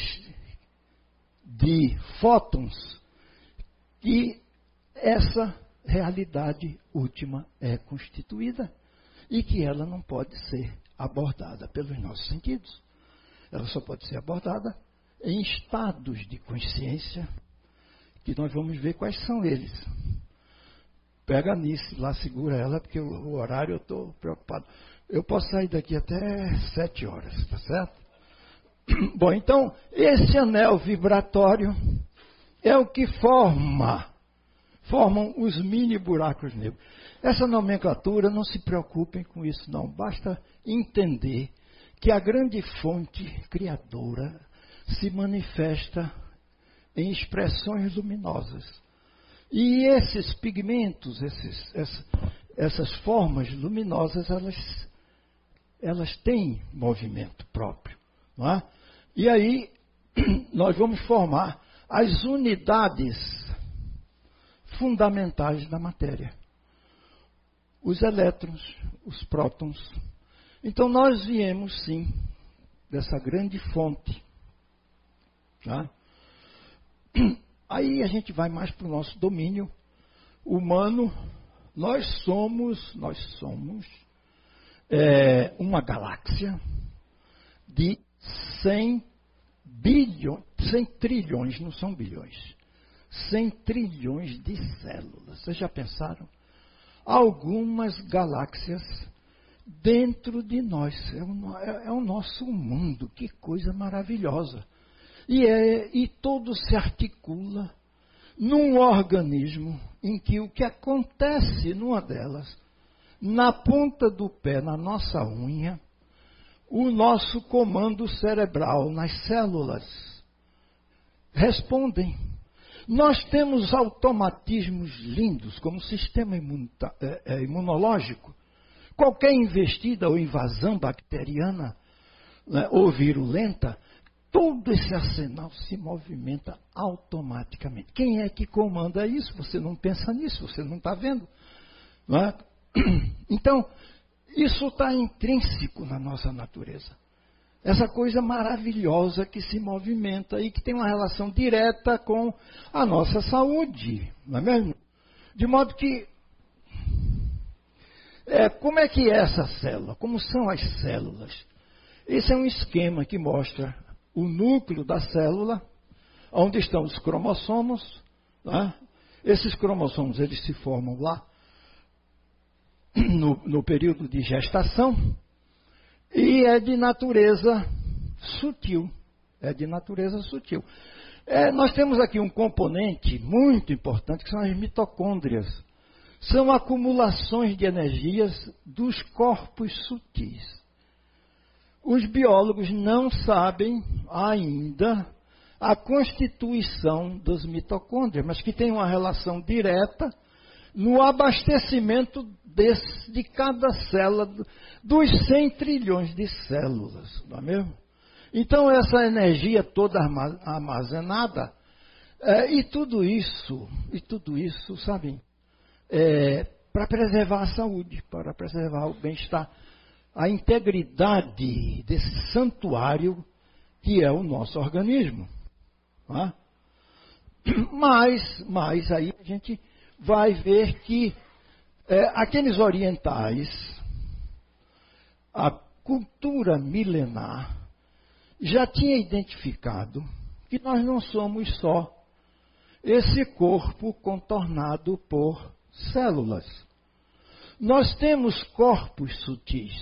de fótons que essa realidade última é constituída e que ela não pode ser abordada pelos nossos sentidos. Ela só pode ser abordada em estados de consciência, que nós vamos ver quais são eles. Pega nisso, lá segura ela, porque o, o horário eu estou preocupado. Eu posso sair daqui até sete horas, tá certo? Bom, então, esse anel vibratório é o que forma, formam os mini buracos negros. Essa nomenclatura, não se preocupem com isso não, basta entender que a grande fonte criadora se manifesta em expressões luminosas. E esses pigmentos, esses, essa, essas formas luminosas, elas, elas têm movimento próprio. Não é? E aí nós vamos formar as unidades fundamentais da matéria. Os elétrons, os prótons. Então nós viemos sim dessa grande fonte. Tá? Aí a gente vai mais para o nosso domínio humano. Nós somos, nós somos é, uma galáxia de cem bilhões, cem trilhões, não são bilhões, cem trilhões de células. Vocês já pensaram? Algumas galáxias dentro de nós. É o, é, é o nosso mundo. Que coisa maravilhosa. E, é, e tudo se articula num organismo em que o que acontece numa delas, na ponta do pé, na nossa unha, o nosso comando cerebral nas células respondem. Nós temos automatismos lindos, como o sistema imunita, é, é, imunológico. Qualquer investida ou invasão bacteriana, né, ou virulenta, todo esse arsenal se movimenta automaticamente. Quem é que comanda isso? Você não pensa nisso, você não está vendo. Não é? Então, isso está intrínseco na nossa natureza. Essa coisa maravilhosa que se movimenta e que tem uma relação direta com a nossa saúde, não é mesmo? De modo que, é, como é que é essa célula? Como são as células? Esse é um esquema que mostra o núcleo da célula, onde estão os cromossomos. Né? Esses cromossomos, eles se formam lá no, no período de gestação e é de natureza sutil. É de natureza sutil. É, nós temos aqui um componente muito importante, que são as mitocôndrias. São acumulações de energias dos corpos sutis. Os biólogos não sabem ainda a constituição das mitocôndrias, mas que tem uma relação direta no abastecimento desse, de cada célula, dos cem trilhões de células, não é mesmo? Então, essa energia toda armazenada, é, e tudo isso, e tudo isso, sabem, é, para preservar a saúde, para preservar o bem-estar, a integridade desse santuário que é o nosso organismo. Não é? Mas, mas aí a gente vai ver que é, aqueles orientais, a cultura milenar, já tinha identificado que nós não somos só esse corpo contornado por células. Nós temos corpos sutis.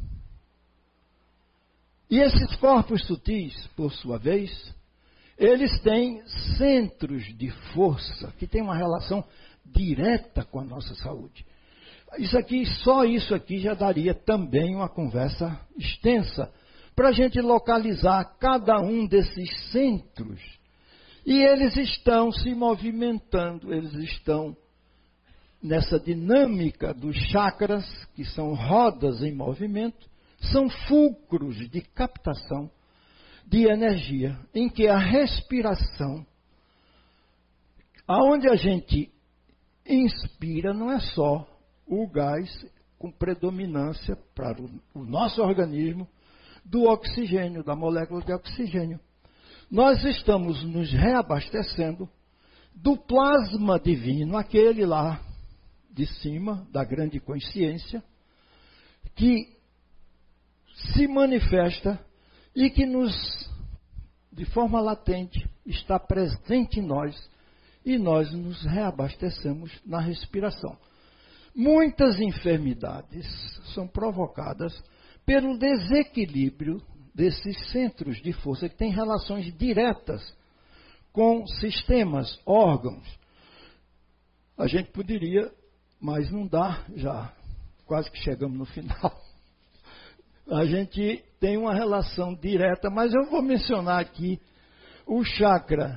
E esses corpos sutis, por sua vez, eles têm centros de força que têm uma relação direta com a nossa saúde. Isso aqui, só isso aqui já daria também uma conversa extensa para a gente localizar cada um desses centros. E eles estão se movimentando, eles estão nessa dinâmica dos chakras, que são rodas em movimento, são fulcros de captação de energia, em que a respiração, aonde a gente inspira, não é só o gás com predominância para o, o nosso organismo do oxigênio, da molécula de oxigênio. Nós estamos nos reabastecendo do plasma divino, aquele lá de cima, da grande consciência, que se manifesta e que nos, de forma latente, está presente em nós, e nós nos reabastecemos na respiração. Muitas enfermidades são provocadas pelo desequilíbrio desses centros de força, que têm relações diretas com sistemas, órgãos. A gente poderia, mas não dá, já quase que chegamos no final. A gente tem uma relação direta, mas eu vou mencionar aqui o chakra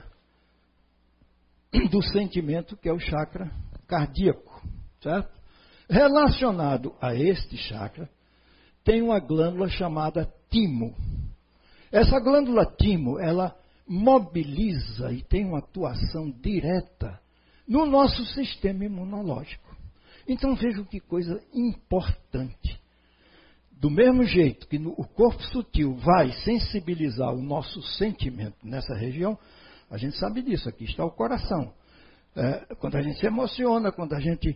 do sentimento, que é o chakra cardíaco, certo? Relacionado a este chakra, tem uma glândula chamada timo. Essa glândula timo, ela mobiliza e tem uma atuação direta no nosso sistema imunológico. Então vejam que coisa importante. Do mesmo jeito que no, o corpo sutil vai sensibilizar o nosso sentimento nessa região, a gente sabe disso, aqui está o coração. É, quando a gente se emociona, quando a gente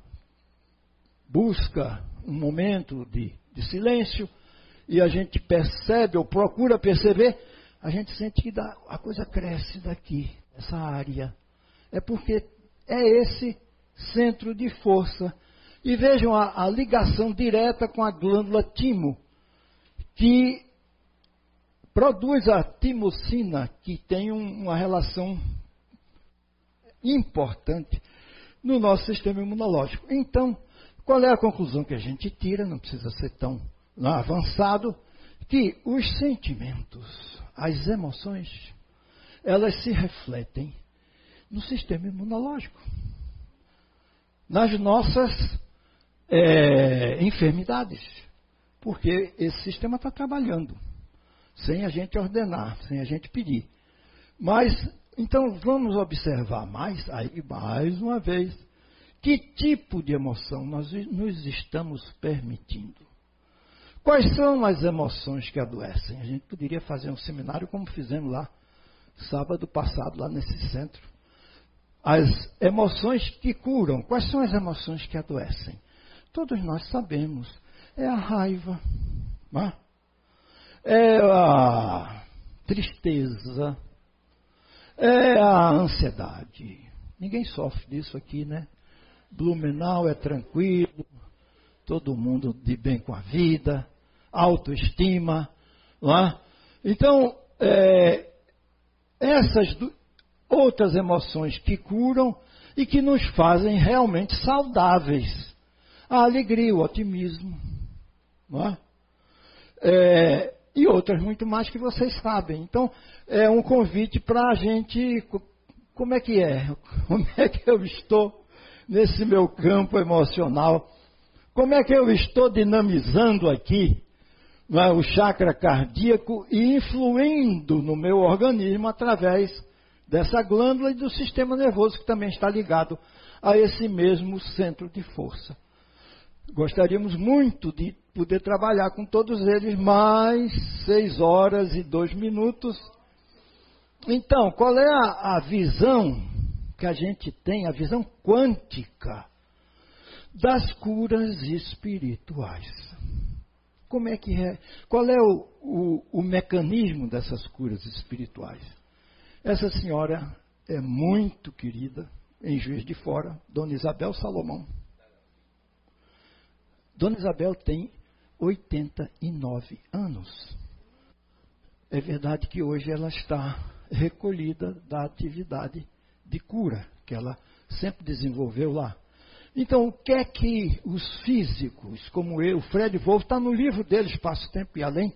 busca um momento de, de silêncio e a gente percebe ou procura perceber, a gente sente que dá, a coisa cresce daqui, essa área. É porque é esse centro de força. E vejam a, a ligação direta com a glândula timo, que produz a timocina, que tem um, uma relação importante no nosso sistema imunológico. Então, qual é a conclusão que a gente tira? Não precisa ser tão não, avançado, que os sentimentos, as emoções, elas se refletem no sistema imunológico, nas nossas é, enfermidades, porque esse sistema está trabalhando, sem a gente ordenar, sem a gente pedir. Mas, então, vamos observar mais, aí, mais uma vez, que tipo de emoção nós nos estamos permitindo. Quais são as emoções que adoecem? A gente poderia fazer um seminário como fizemos lá, sábado passado, lá nesse centro. As emoções que curam. Quais são as emoções que adoecem? Todos nós sabemos. É a raiva, não é? É a tristeza, é a ansiedade. Ninguém sofre disso aqui, né? Blumenau é tranquilo, todo mundo de bem com a vida, autoestima, não é? Então, é, essas do, outras emoções que curam e que nos fazem realmente saudáveis. A alegria, o otimismo, não é? É, e outras muito mais que vocês sabem. Então, é um convite para a gente, como é que é? Como é que eu estou nesse meu campo emocional? Como é que eu estou dinamizando aqui, não é, o chakra cardíaco e influindo no meu organismo através dessa glândula e do sistema nervoso que também está ligado a esse mesmo centro de força. Gostaríamos muito de poder trabalhar com todos eles, mais seis horas e dois minutos. Então, qual é a, a visão que a gente tem, a visão quântica das curas espirituais? Como é que é? Qual é o, o, o mecanismo dessas curas espirituais? Essa senhora é muito querida, em Juiz de Fora, Dona Isabel Salomão. Dona Isabel tem oitenta e nove anos. É verdade que hoje ela está recolhida da atividade de cura, que ela sempre desenvolveu lá. Então, o que é que os físicos, como eu, o Fred Wolf, está no livro dele, Espaço, Tempo e Além,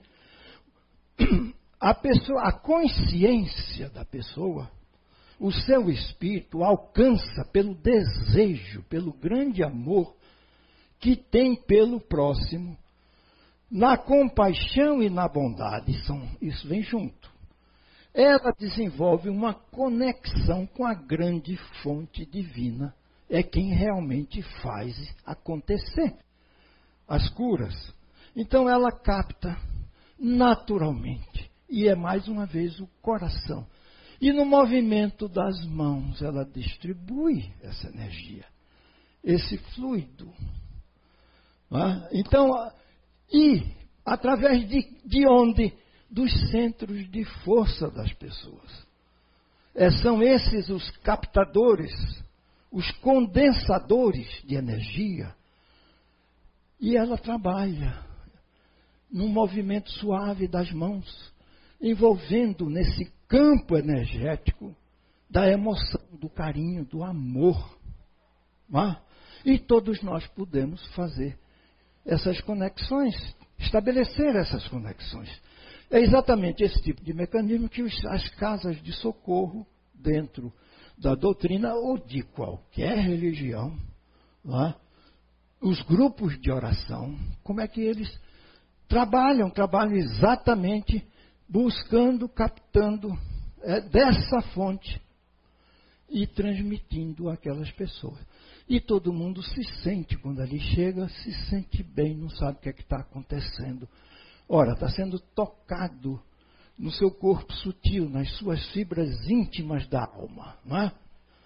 a pessoa, a consciência da pessoa, o seu espírito alcança pelo desejo, pelo grande amor que tem pelo próximo, na compaixão e na bondade, são, isso vem junto. Ela desenvolve uma conexão com a grande fonte divina. É quem realmente faz acontecer as curas. Então ela capta naturalmente. E é mais uma vez o coração. E no movimento das mãos ela distribui essa energia, esse fluido. Então, e através de, de onde? Dos centros de força das pessoas. É, são esses os captadores, os condensadores de energia. E ela trabalha num movimento suave das mãos, envolvendo nesse campo energético da emoção, do carinho, do amor. Não é? E todos nós podemos fazer essas conexões, estabelecer essas conexões. É exatamente esse tipo de mecanismo que os, as casas de socorro, dentro da doutrina ou de qualquer religião, não é? Os grupos de oração, como é que eles trabalham? Trabalham exatamente buscando, captando é, dessa fonte e transmitindo àquelas pessoas. E todo mundo se sente, quando ali chega, se sente bem, não sabe o que é que está acontecendo. Ora, está sendo tocado no seu corpo sutil, nas suas fibras íntimas da alma, não é?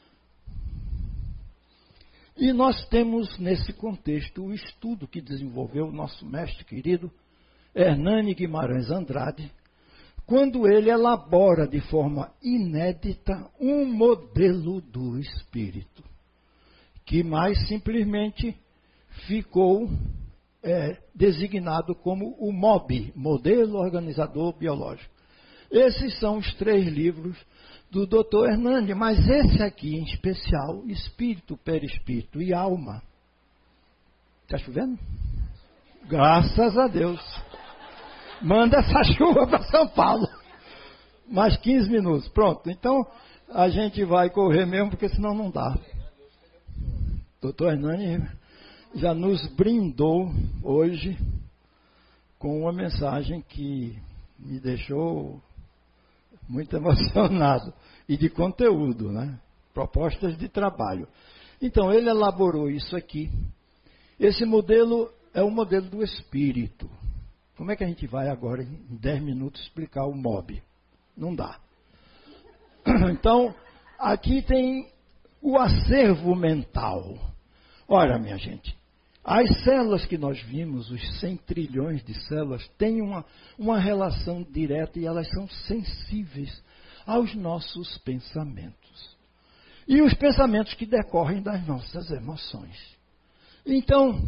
E nós temos nesse contexto o estudo que desenvolveu o nosso mestre querido Hernani Guimarães Andrade, quando ele elabora de forma inédita um modelo do espírito, que mais simplesmente ficou é, designado como o M O B, Modelo Organizador Biológico. Esses são os três livros do doutor Hernani, mas esse aqui em especial, Espírito, Perispírito e Alma. Está chovendo? Graças a Deus. Manda essa chuva para São Paulo. Mais quinze minutos. Pronto. Então, a gente vai correr mesmo, porque senão não dá. Doutor Hernani já nos brindou hoje com uma mensagem que me deixou muito emocionado. E de conteúdo, né? Propostas de trabalho. Então, ele elaborou isso aqui. Esse modelo é o modelo do espírito. Como é que a gente vai agora, em dez minutos, explicar o M O B? Não dá. Então, aqui tem o acervo mental. Olha, minha gente, as células que nós vimos, os cem trilhões de células, têm uma, uma relação direta e elas são sensíveis aos nossos pensamentos. E os pensamentos que decorrem das nossas emoções. Então,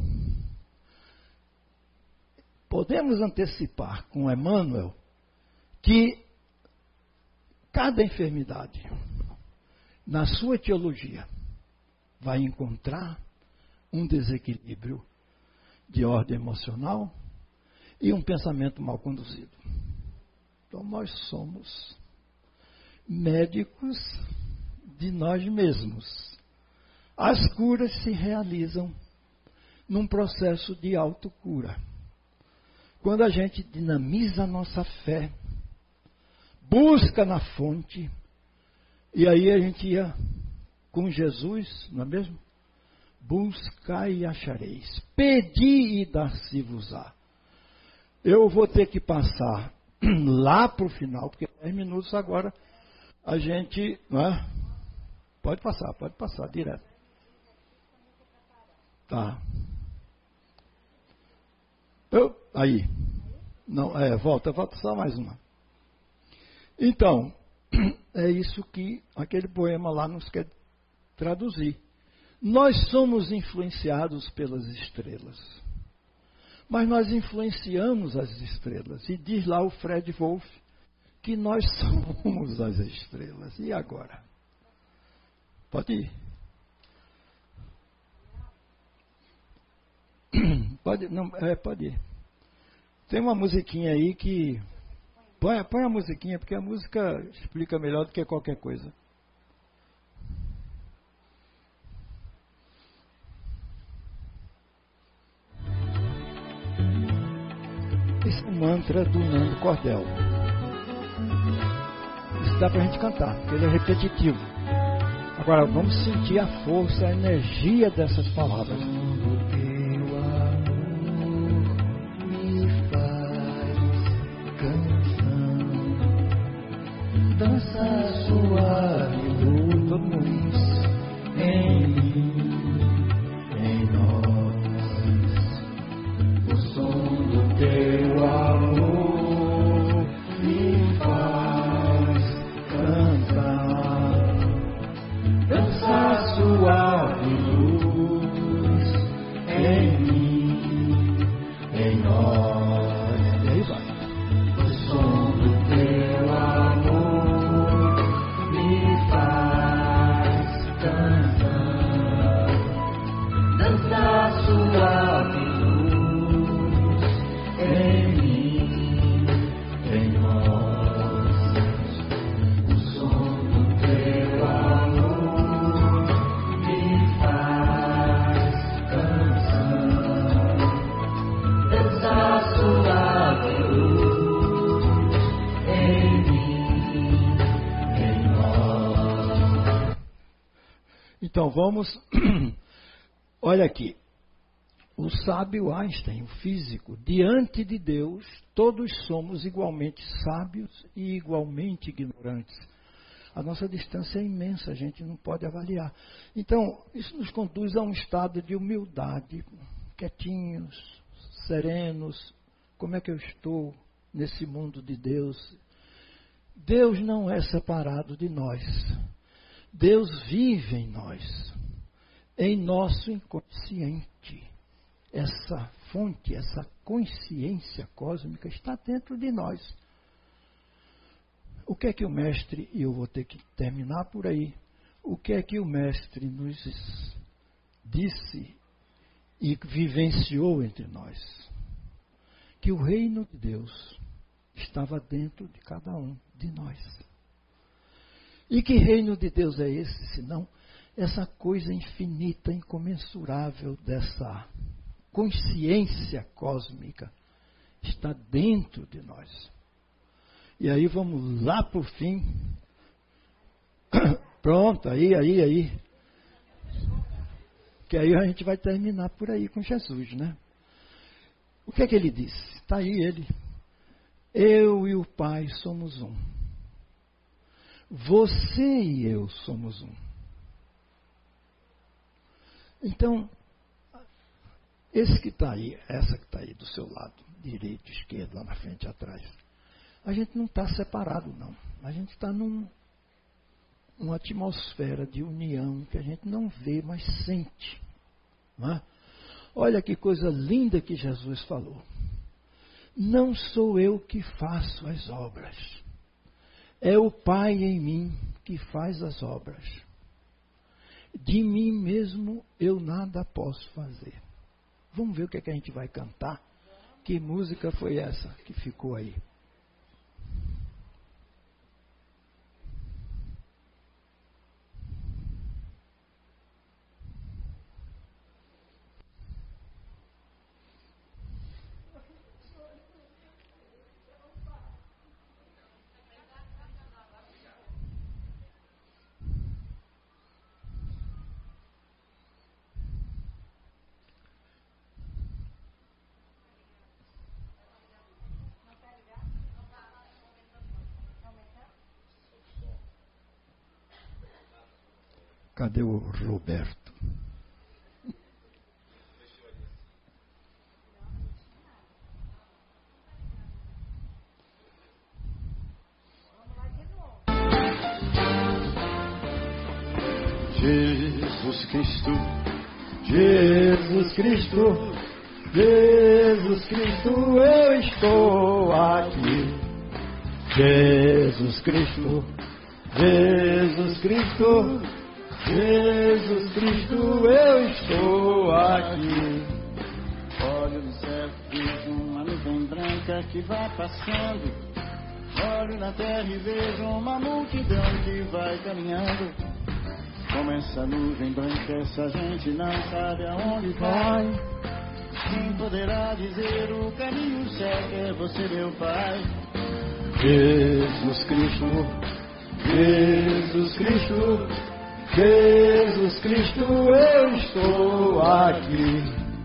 podemos antecipar com Emmanuel que cada enfermidade, na sua etiologia, vai encontrar um desequilíbrio de ordem emocional e um pensamento mal conduzido. Então, nós somos médicos de nós mesmos. As curas se realizam num processo de autocura. Quando a gente dinamiza a nossa fé, busca na fonte, e aí a gente ia com Jesus, não é mesmo? Buscai e achareis, pedi e dar-se-vos-á. Eu vou ter que passar lá para o final, porque dez minutos agora a gente... Não é? Pode passar, pode passar, direto. Tá. Eu, aí. Não, é, volta, volta só mais uma. Então, é isso que aquele poema lá nos quer traduzir. Nós somos influenciados pelas estrelas. Mas nós influenciamos as estrelas. E diz lá o Fred Wolf que nós somos as estrelas. E agora? Pode ir. Pode, não, é, pode ir. Tem uma musiquinha aí que... Põe, põe a musiquinha, porque a música explica melhor do que qualquer coisa. Esse é o mantra do Nando Cordel. Isso dá pra gente cantar, porque ele é repetitivo. Agora vamos sentir a força, a energia dessas palavras. Dança suave, todo mundo em mim, em nós, o som do teu amor me faz cantar. Dança suave, luz Então vamos, olha aqui, o sábio Einstein, o físico, diante de Deus, todos somos igualmente sábios e igualmente ignorantes. A nossa distância é imensa, a gente não pode avaliar. Então, isso nos conduz a um estado de humildade, quietinhos, serenos. Como é que eu estou nesse mundo de Deus? Deus não é separado de nós. Deus vive em nós, em nosso inconsciente. Essa fonte, essa consciência cósmica está dentro de nós. O que é que o mestre, e eu vou ter que terminar por aí, o que é que o mestre nos disse e vivenciou entre nós? Que o reino de Deus estava dentro de cada um de nós. E que reino de Deus é esse, senão essa coisa infinita, incomensurável dessa consciência cósmica está dentro de nós. E aí vamos lá para o fim. Pronto, aí, aí, aí. Que aí a gente vai terminar por aí com Jesus, né? O que é que ele disse? Está aí ele. Eu e o Pai somos um. Você e eu somos um. Então, esse que está aí, essa que está aí do seu lado, direito, esquerdo, lá na frente e atrás, a gente não está separado, não. A gente está num, numa atmosfera de união que a gente não vê, mas sente. Não é? Olha que coisa linda que Jesus falou. Não sou eu que faço as obras. É o Pai em mim que faz as obras. De mim mesmo eu nada posso fazer. Vamos ver o que é que a gente vai cantar? Que música foi essa que ficou aí? Cadê o Roberto? Jesus Cristo, Jesus Cristo, Jesus Cristo, eu estou aqui. Jesus Cristo, Jesus Cristo, Jesus Cristo, eu estou aqui. olho no céu, vejo uma nuvem branca que vai passando. Olho na terra e vejo uma multidão que vai caminhando. Como essa nuvem branca, essa gente não sabe aonde vai. Quem poderá dizer o caminho certo é você, meu Pai. Jesus Cristo, Jesus Cristo, Jesus Cristo, eu estou aqui.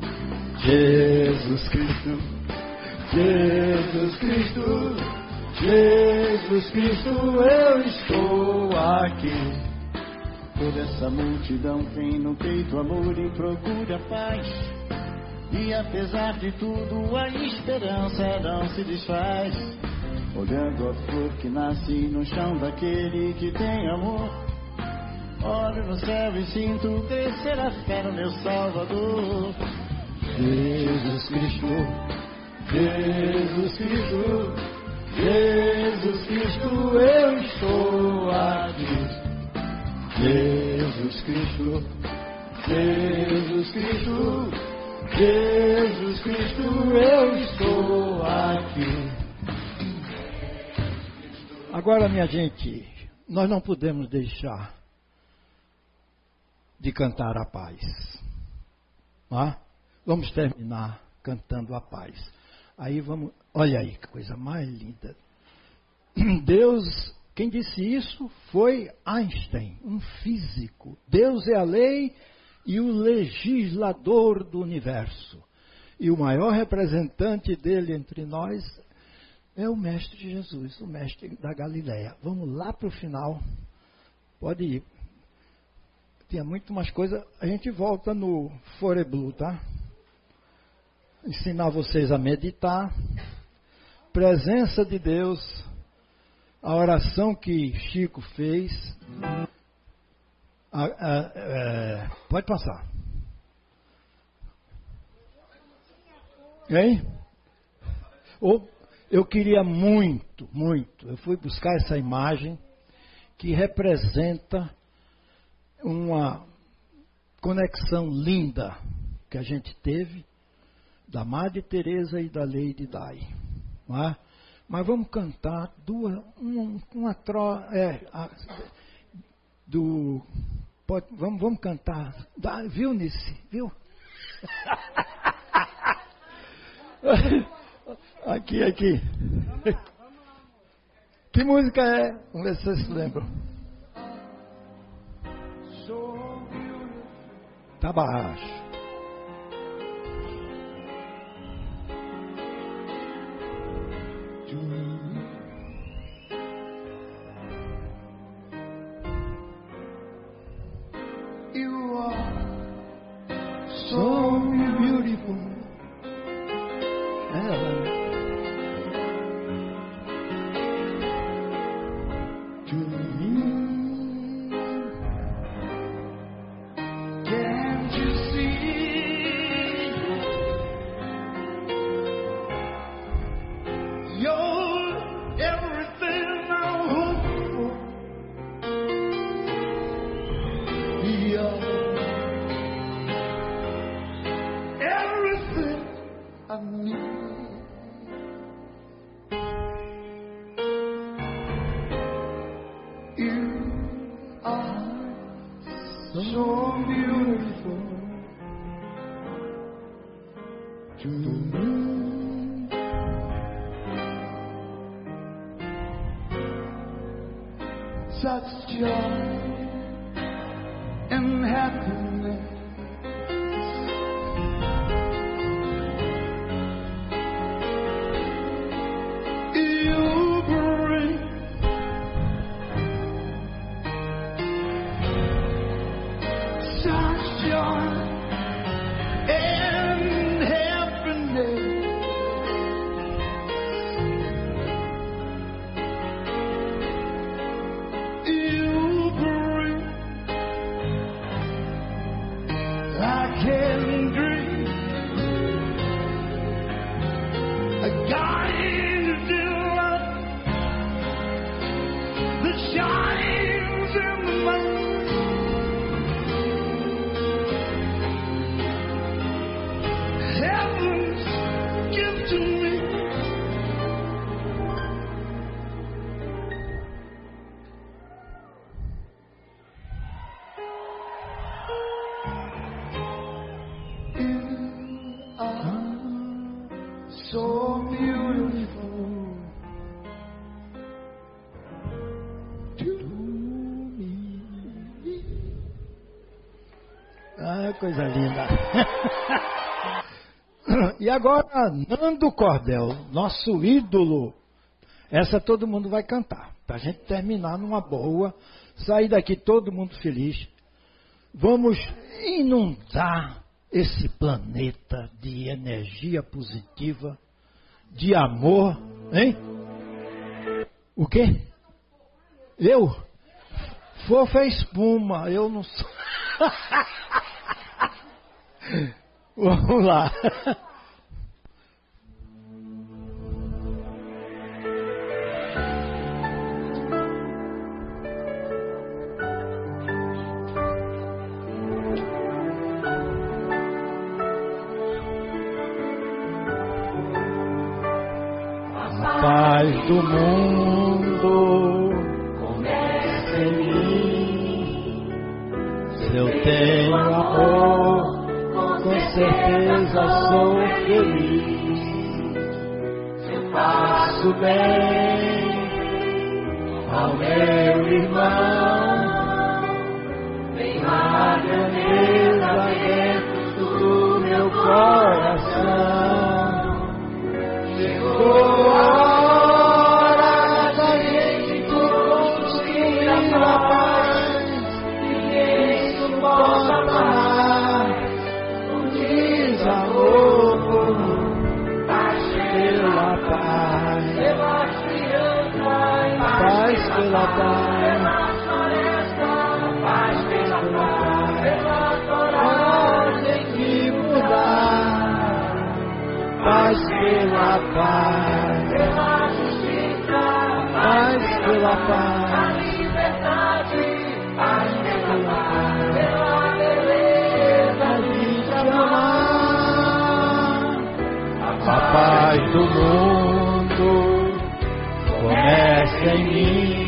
Jesus Cristo, Jesus Cristo, Jesus Cristo, eu estou aqui. Toda essa multidão tem no peito amor e procura paz. E apesar de tudo, a esperança não se desfaz. Olhando a flor que nasce no chão daquele que tem amor, olho no céu e sinto crescer a fé no meu Salvador. Jesus Cristo, Jesus Cristo, Jesus Cristo, eu estou aqui. Jesus Cristo, Jesus Cristo, Jesus Cristo, eu estou aqui. Agora, minha gente, nós não podemos deixar de cantar a paz. Ah? Vamos terminar cantando a paz. Aí vamos, olha aí que coisa mais linda. Deus Quem disse isso foi Einstein, um físico. Deus é a lei e o legislador do universo. E o maior representante dele entre nós é o Mestre Jesus, o Mestre da Galileia. Vamos lá para o final. Pode ir. Tinha muito mais coisa. A gente volta no Foreblu, tá? Ensinar vocês a meditar. Presença de Deus. A oração que Chico fez. A, a, a, pode passar. Hein? Ou, eu queria muito, muito. Eu fui buscar essa imagem que representa uma conexão linda que a gente teve da Madre Teresa e da Lady Di. Não é? Mas vamos cantar duas, uma, uma tro, é, a, do, pode, vamos, vamos cantar, da, viu Nice, viu? Aqui, aqui. Que música é? Vamos ver se vocês se lembram. Tá baixo. You are so beautiful. É, to me, can't you see? You're everything I hope for. You're everything I need. So beautiful to me. Such joy and happiness. You bring such joy and happiness. You bring, I can dream, a guided light that shines in the night. Heaven's gift to me. You are so beautiful to me. Ah, coisa linda. E agora, Nando Cordel, nosso ídolo. Essa todo mundo vai cantar, para a gente terminar numa boa, sair daqui todo mundo feliz. Vamos inundar esse planeta de energia positiva, de amor, hein? O quê? Eu? Fofa é espuma, eu não sou. Vamos lá. A paz do mundo começa em mim. Se eu tenho amor, com certeza sou feliz. Se eu faço bem ao meu irmão. Tem uma grandeza dentro do meu coração. Chegou a hora da gente construir a paz. Ninguém suporta mais o desamor. Paz pela paz, pela criança, paz pela paz, pela floresta, paz pela paz, pela coragem de mudar. Paz pela paz, pela justiça, paz pela paz, a liberdade, paz pela paz, pela beleza de te amar. A paz do mundo começa em mim.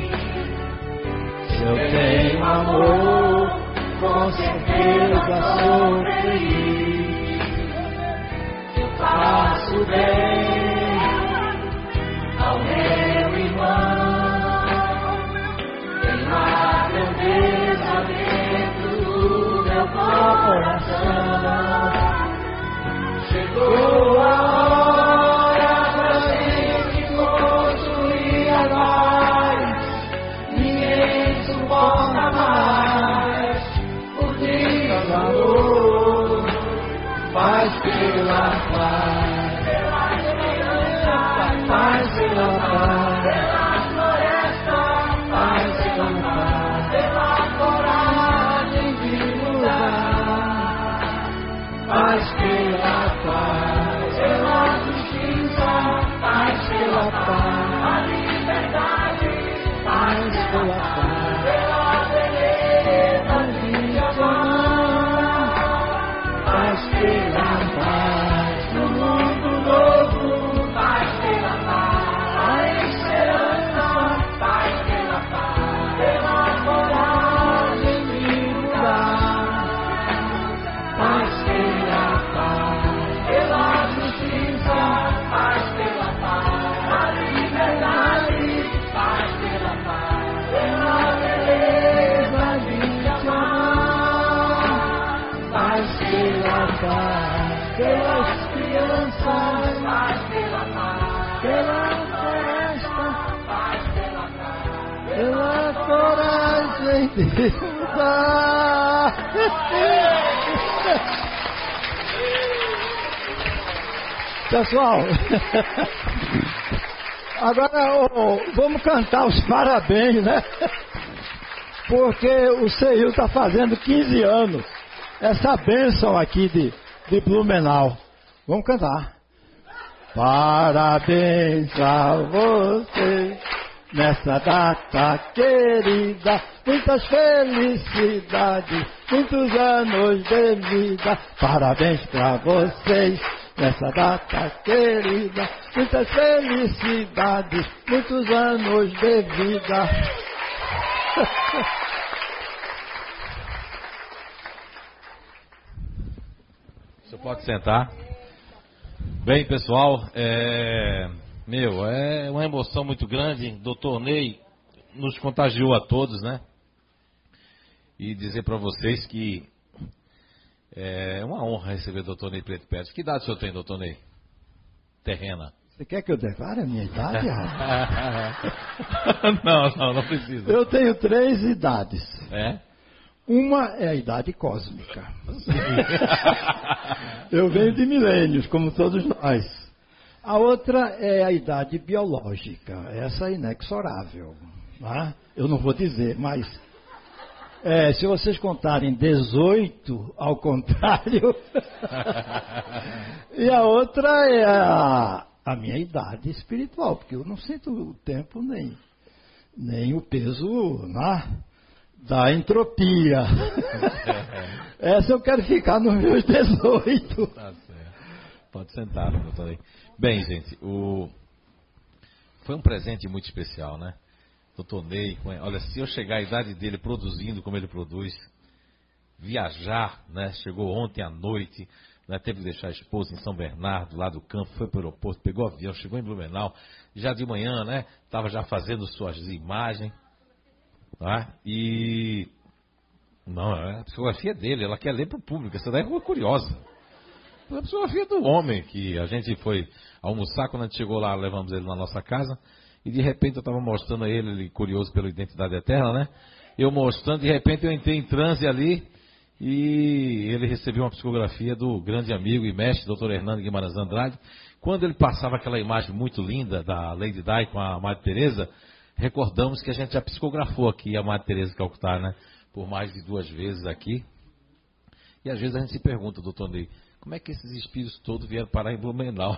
Se eu tenho amor, com certeza sou feliz. Eu faço bem ao meu irmão. Tem uma grandeza dentro do meu coração. Chegou a hora pra gente construir a paz. Ninguém suporta mais o desamor. Paz pela paz, pela esperança, paz pela paz, pela floresta, paz pela paz, pela coragem de mudar. Paz pela paz, pela justiça, paz pela paz, a liberdade, paz pela paz, pela beleza de te amar. Paz pela paz, no mundo novo, paz pela paz, a esperança, paz pela paz, pela coragem de mudar. Paz pela paz, pela justiça, paz pela paz, a liberdade, paz pela paz, pela beleza de te amar. Paz pela paz, pelas crianças, paz pela paz, pela festa, paz pela paz, pela coragem de mudar. Pessoal, agora oh, vamos cantar os parabéns, né? Porque o C I U está fazendo quinze anos. Essa bênção aqui de, de Blumenau. Vamos cantar. Parabéns a você nessa data querida. Muitas felicidades, muitos anos de vida. Parabéns pra vocês nessa data querida. Muitas felicidades, muitos anos de vida. Você pode sentar. Bem, pessoal, é... meu, é uma emoção muito grande. doutor Ney nos contagiou a todos, né? E dizer para vocês que é uma honra receber o doutor Ney Preto Pérez. Que idade o senhor tem, doutor Ney? Terrena. Você quer que eu declare a minha idade? Não, não, não precisa. Eu tenho três idades. É? Uma é a idade cósmica. Eu venho de milênios, como todos nós. A outra é a idade biológica. Essa é inexorável. Né? Eu não vou dizer, mas é, se vocês contarem dezoito ao contrário. E a outra é a, a minha idade espiritual, porque eu não sinto o tempo nem, nem o peso, né, da entropia. Essa eu quero ficar nos meus dezoito. Tá certo. Pode sentar, doutor Ney. Bem, gente, o... foi um presente muito especial, né? doutor Ney, olha, se eu chegar à idade dele produzindo como ele produz, viajar, né? Chegou ontem à noite, né, teve que deixar a esposa em São Bernardo, lá do campo, foi para o aeroporto, pegou o avião, chegou em Blumenau, já de manhã, né, estava já fazendo suas imagens, tá? E não, é a psicografia dele, ela quer ler para o público, essa daí é uma curiosa. A psicografia do homem, que a gente foi almoçar, quando a gente chegou lá, levamos ele na nossa casa, e de repente eu estava mostrando a ele, ele curioso pela identidade eterna, né? Eu mostrando, de repente eu entrei em transe ali, e ele recebeu uma psicografia do grande amigo e mestre, doutor Hernando Guimarães Andrade. Quando ele passava aquela imagem muito linda da Lady Di com a Madre Teresa, recordamos que a gente já psicografou aqui a Madre Teresa de Calcutá, né? Por mais de duas vezes aqui. E às vezes a gente se pergunta, doutor Ney, como é que esses espíritos todos vieram parar em Blumenau?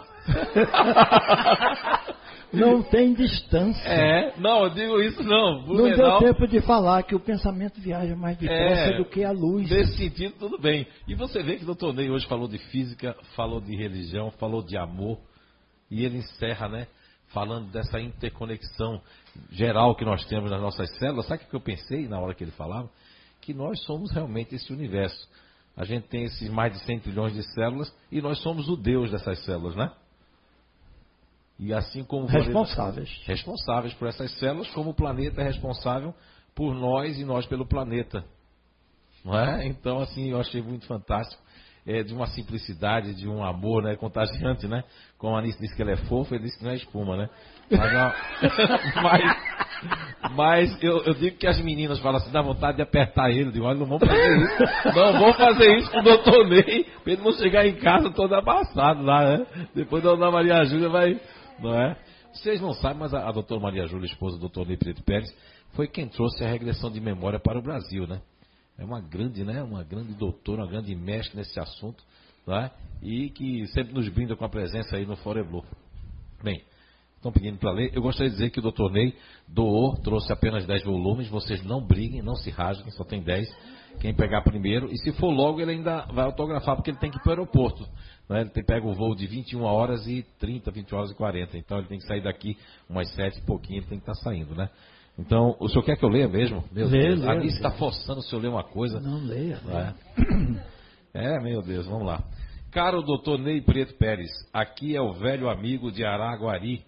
Não tem distância. É, não, eu digo isso não. Blumenau, não deu tempo de falar que o pensamento viaja mais depressa é, do que a luz. Nesse sentido, tudo bem. E você vê que o doutor Ney hoje falou de física, falou de religião, falou de amor. E ele encerra, né? Falando dessa interconexão geral que nós temos nas nossas células. Sabe o que eu pensei na hora que ele falava? Que nós somos realmente esse universo. A gente tem esses mais de cem trilhões de células e nós somos o Deus dessas células, né? E assim como... Responsáveis. Responsáveis por essas células, como o planeta é responsável por nós e nós pelo planeta. Não é? Então, assim, eu achei muito fantástico. É, de uma simplicidade, de um amor, né, contagiante, né? Como a Anice disse que ele é fofo, ele disse que não é espuma, né? Mas, não, mas, mas eu, eu digo que as meninas falam assim, dá vontade de apertar ele. Eu digo, olha, não vamos fazer isso. Não vamos fazer isso com o doutor Ney, para ele não chegar em casa todo amassado lá, né? Depois a dona Maria Júlia vai... Não é? Vocês não sabem, mas a, a doutora Maria Júlia, esposa do doutor Ney Preto Pérez, foi quem trouxe a regressão de memória para o Brasil, né? É uma grande, né? Uma grande doutora, uma grande mestre nesse assunto, né? E que sempre nos brinda com a presença aí no Foreblô. Bem, estão pedindo para ler. Eu gostaria de dizer que o doutor Ney doou, trouxe apenas dez volumes. Vocês não briguem, não se rasguem, só tem dez. Quem pegar primeiro, e se for logo, ele ainda vai autografar, porque ele tem que ir para o aeroporto. Né? Ele tem, pega o voo de vinte e uma horas e trinta, vinte horas e quarenta. Então ele tem que sair daqui umas sete e pouquinho, ele tem que estar saindo, né? Então, o senhor quer que eu leia mesmo? Meu lê, Deus, lê, a Anice está lê. forçando o senhor ler uma coisa. Não, leia. É? é, meu Deus, vamos lá. Caro doutor Ney Preto Pérez, aqui é o velho amigo de Araguari.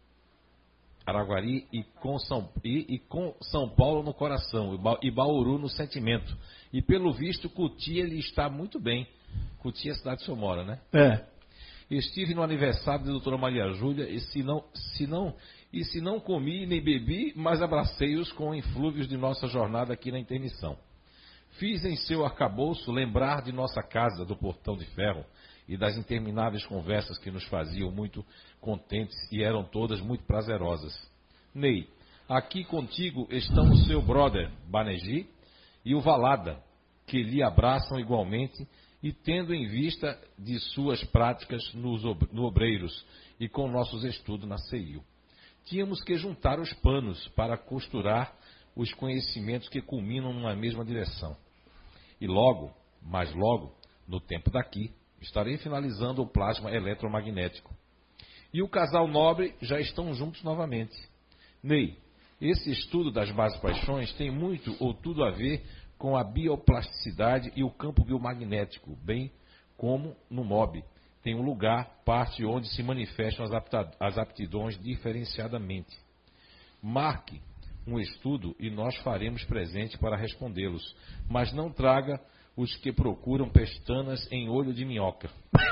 Araguari e com São, e, e com São Paulo no coração, e Bauru no sentimento. E pelo visto, Cotia ele está muito bem. Cotia é a cidade que o senhor mora, né? É. Estive no aniversário da doutora Maria Júlia e se não, se não, e se não comi nem bebi, mas abracei-os com inflúvios de nossa jornada aqui na intermissão. Fiz em seu arcabouço lembrar de nossa casa do Portão de Ferro e das intermináveis conversas que nos faziam muito contentes e eram todas muito prazerosas. Ney, aqui contigo estão o seu brother Banerjee e o Valada, que lhe abraçam igualmente e tendo em vista de suas práticas nos ob- no Obreiros e com nossos estudos na C I U. Tínhamos que juntar os panos para costurar os conhecimentos que culminam numa mesma direção. E logo, mais logo, no tempo daqui, estarei finalizando o plasma eletromagnético. E o casal nobre já estão juntos novamente. Ney, esse estudo das bases paixões tem muito ou tudo a ver com a bioplasticidade e o campo biomagnético, bem como no M O B. Tem um lugar, parte onde se manifestam as, apta, as aptidões diferenciadamente. Marque um estudo e nós faremos presente para respondê-los, mas não traga os que procuram pestanas em olho de minhoca.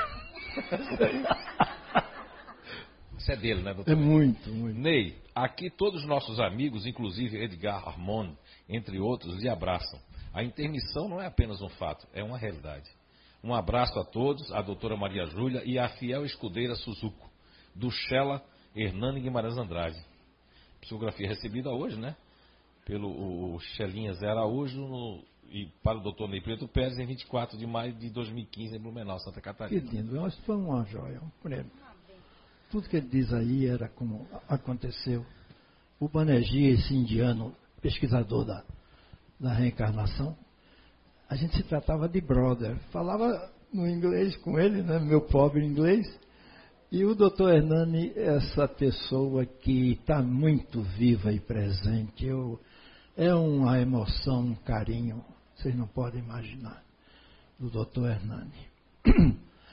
Isso é dele, né, doutor? É muito, muito. Ney, aqui todos os nossos amigos, inclusive Edgar Armand, entre outros, lhe abraçam. A intermissão não é apenas um fato, é uma realidade. Um abraço a todos, a doutora Maria Júlia e a fiel escudeira Suzuko, do Shella Hernani Guimarães Andrade. Psicografia recebida hoje, né? Pelo o, o Xelinha Zé Araújo no, e para o doutor Ney Preto Pérez em vinte e quatro de maio de dois mil e quinze em Blumenau, Santa Catarina. Que lindo, isso foi uma joia, um prêmio. Tudo que ele diz aí era como aconteceu. O Banerjee, esse indiano pesquisador da, da reencarnação, a gente se tratava de brother. Falava no inglês com ele, né, meu pobre inglês. E o doutor Hernani, essa pessoa que está muito viva e presente, eu, é uma emoção, um carinho, vocês não podem imaginar, do doutor Hernani.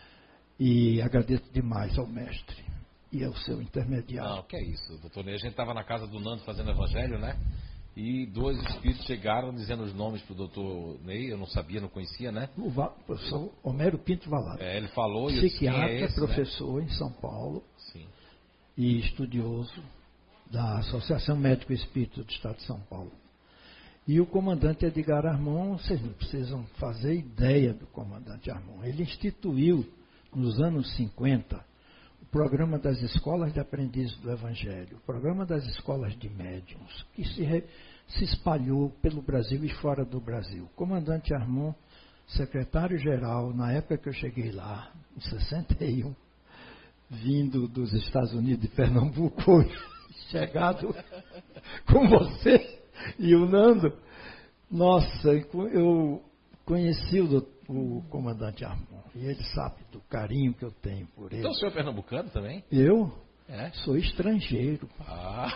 E agradeço demais ao mestre e ao seu intermediário. Não, que é isso, doutor Ney. A gente estava na casa do Nando fazendo evangelho, né? E dois espíritos chegaram dizendo os nomes para o doutor Ney. Eu não sabia, não conhecia, né? O Va- professor Homero Pinto Valado. É, ele falou e eu disse, Psiquiatra, quem é esse, professor, né? Em São Paulo. Sim. E estudioso da Associação Médico Espírita do Estado de São Paulo. E o comandante Edgar Armon, vocês não precisam fazer ideia do comandante Armon. Ele instituiu, nos anos cinquenta, o programa das escolas de aprendizes do Evangelho, o programa das escolas de médiuns, que se, re, se espalhou pelo Brasil e fora do Brasil. O comandante Armon, secretário-geral, na época que eu cheguei lá, em sessenta e um, vindo dos Estados Unidos de Pernambuco, chegado com você e o Nando. Nossa, eu conheci o, o comandante Armon e ele sabe do carinho que eu tenho por ele. Então o senhor é pernambucano também? Eu É? sou estrangeiro. Ah.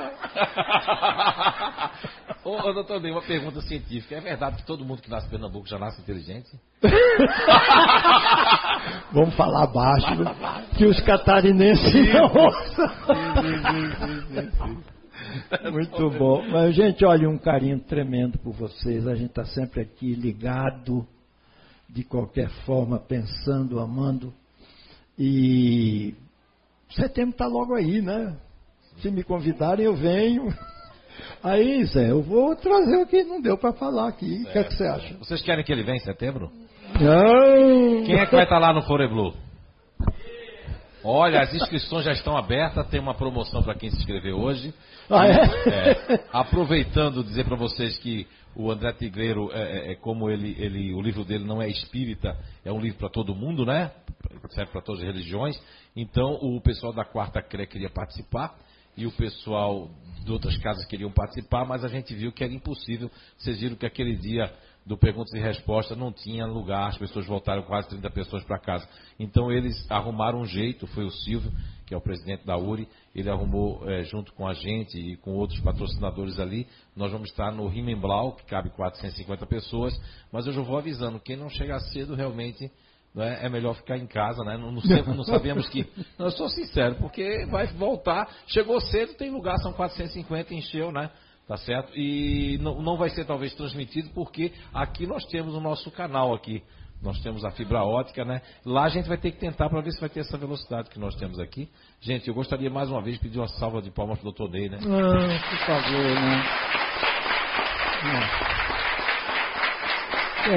Ô, ô, doutor Ney, uma pergunta científica. É verdade que todo mundo que nasce em Pernambuco já nasce inteligente? Vamos falar baixo, né? Que os catarinenses não ouçam. Muito bom. Mas, gente, olha, um carinho tremendo por vocês. A gente está sempre aqui ligado, de qualquer forma, pensando, amando. E setembro está logo aí, né? Se me convidarem, eu venho. Aí, Zé, eu vou trazer o que não deu para falar aqui. O que é que você acha? Vocês querem que ele venha em setembro? Não. Quem é que vai estar lá no Foreblu? Olha, as inscrições já estão abertas, tem uma promoção para quem se inscreveu hoje. Ah, é? É, aproveitando, dizer para vocês que o André Tigreiro, é, é, como ele, ele, o livro dele não é espírita, é um livro para todo mundo, né? Serve para todas as religiões. Então, o pessoal da Quarta C R E queria participar e o pessoal de outras casas queriam participar, mas a gente viu que era impossível. Vocês viram que aquele dia do Perguntas e Respostas não tinha lugar, as pessoas voltaram quase trinta pessoas para casa. Então eles arrumaram um jeito, foi o Silvio, que é o presidente da U R I, ele arrumou é, junto com a gente e com outros patrocinadores ali. Nós vamos estar no Rimemblau, que cabe quatrocentas e cinquenta pessoas, mas eu já vou avisando, quem não chegar cedo realmente né, é melhor ficar em casa, né? Não, não, sempre, não sabemos que... Não, eu sou sincero, porque vai voltar, chegou cedo, tem lugar, são quatrocentos e cinquenta, encheu, né? Tá certo? E não, não vai ser talvez transmitido porque aqui nós temos o nosso canal aqui. Nós temos a fibra ótica, né? Lá a gente vai ter que tentar para ver se vai ter essa velocidade que nós temos aqui. Gente, eu gostaria mais uma vez de pedir uma salva de palmas para o doutor Ney, né? Não, por favor, né? Não. É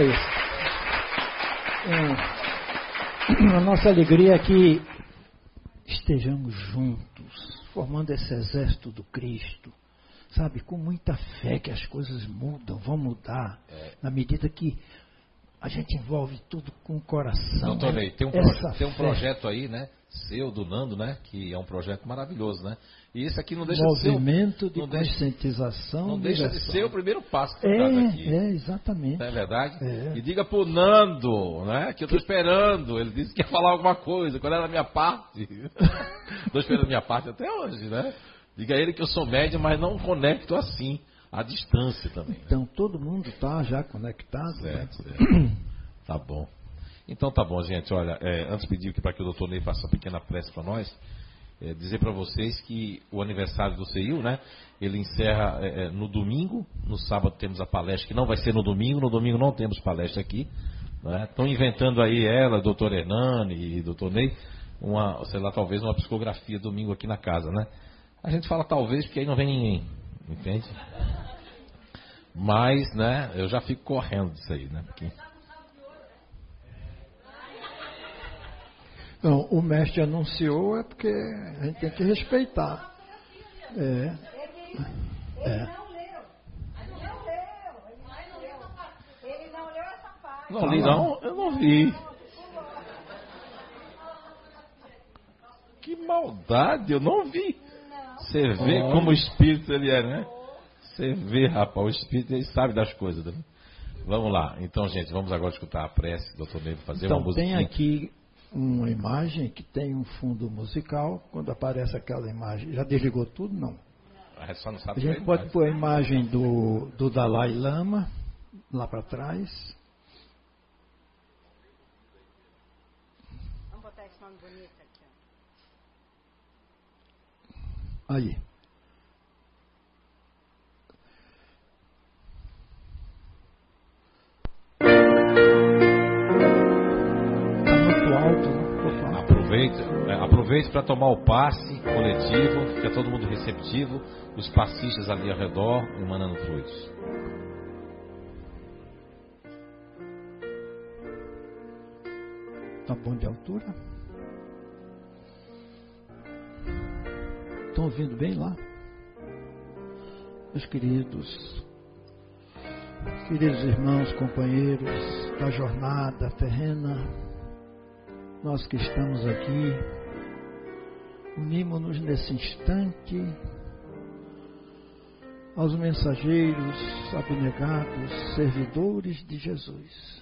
isso. É. A nossa alegria é que estejamos juntos, formando esse exército do Cristo. Sabe, com muita fé que as coisas mudam, vão mudar, é. Na medida que a gente envolve tudo com o coração. Doutor Ney, tem um, proje- tem um projeto aí, né, seu, do Nando, né, que é um projeto maravilhoso, né, e esse aqui não deixa Movimento de ser... Movimento de conscientização. Não deixa de ser o primeiro passo que é, dado aqui. É, exatamente. Não é verdade? É. E diga pro Nando, né, que eu estou esperando, ele disse que ia falar alguma coisa, quando era a minha parte. Estou esperando a minha parte até hoje, né? Diga a ele que eu sou médium, mas não conecto assim, à distância também. Né? Então todo mundo está já conectado. Certo, né? certo. Tá bom. Então tá bom, gente. Olha, é, antes de pedir para que o doutor Ney faça uma pequena prece para nós, é, dizer para vocês que o aniversário do C I U, né? Ele encerra é, no domingo, no sábado temos a palestra, que não vai ser no domingo, no domingo não temos palestra aqui. Estão né? inventando aí ela, doutor Hernani e doutor Ney, uma, sei lá, talvez uma psicografia domingo aqui na casa, né? A gente fala talvez porque aí não vem ninguém, entende? Mas, né, eu já fico correndo disso aí, né? Porque... Não, o mestre anunciou é porque a gente tem que respeitar. É. É. Não li não? Eu não vi. Que maldade, eu não vi. Você vê oh. como o espírito ele é, né? Você vê, rapaz, o espírito ele sabe das coisas. Né? Vamos lá. Então, gente, vamos agora escutar a prece, doutor Ney, fazer então, uma música. Tem aqui uma imagem que tem um fundo musical. Quando aparece aquela imagem, já desligou tudo? Não. A, só não sabe a gente pode pôr a imagem do, do Dalai Lama lá para trás. Vamos botar esse nome bonito aqui, ó. Aí. Está muito alto, né? Vou falar. Aproveite, é, aproveite para tomar o passe coletivo, fica todo mundo receptivo, os passistas ali ao redor, emanando fluidos. Está bom de altura? Estão ouvindo bem lá? Meus queridos, queridos irmãos, companheiros da jornada terrena, nós que estamos aqui, unimos-nos nesse instante aos mensageiros abnegados, servidores de Jesus,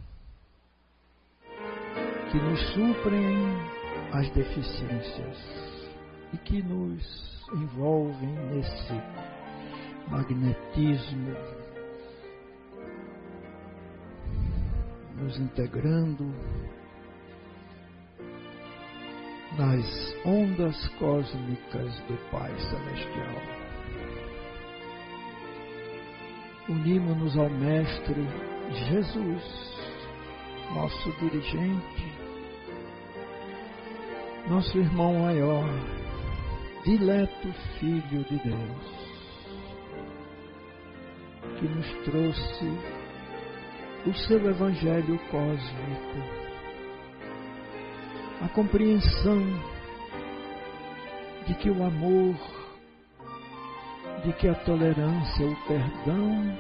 que nos suprem as deficiências e que nos envolvem nesse magnetismo, nos integrando nas ondas cósmicas do Pai Celestial. Unimos-nos ao Mestre Jesus, nosso dirigente, nosso irmão maior, dileto Filho de Deus, que nos trouxe o seu Evangelho cósmico, a compreensão de que o amor, de que a tolerância, o perdão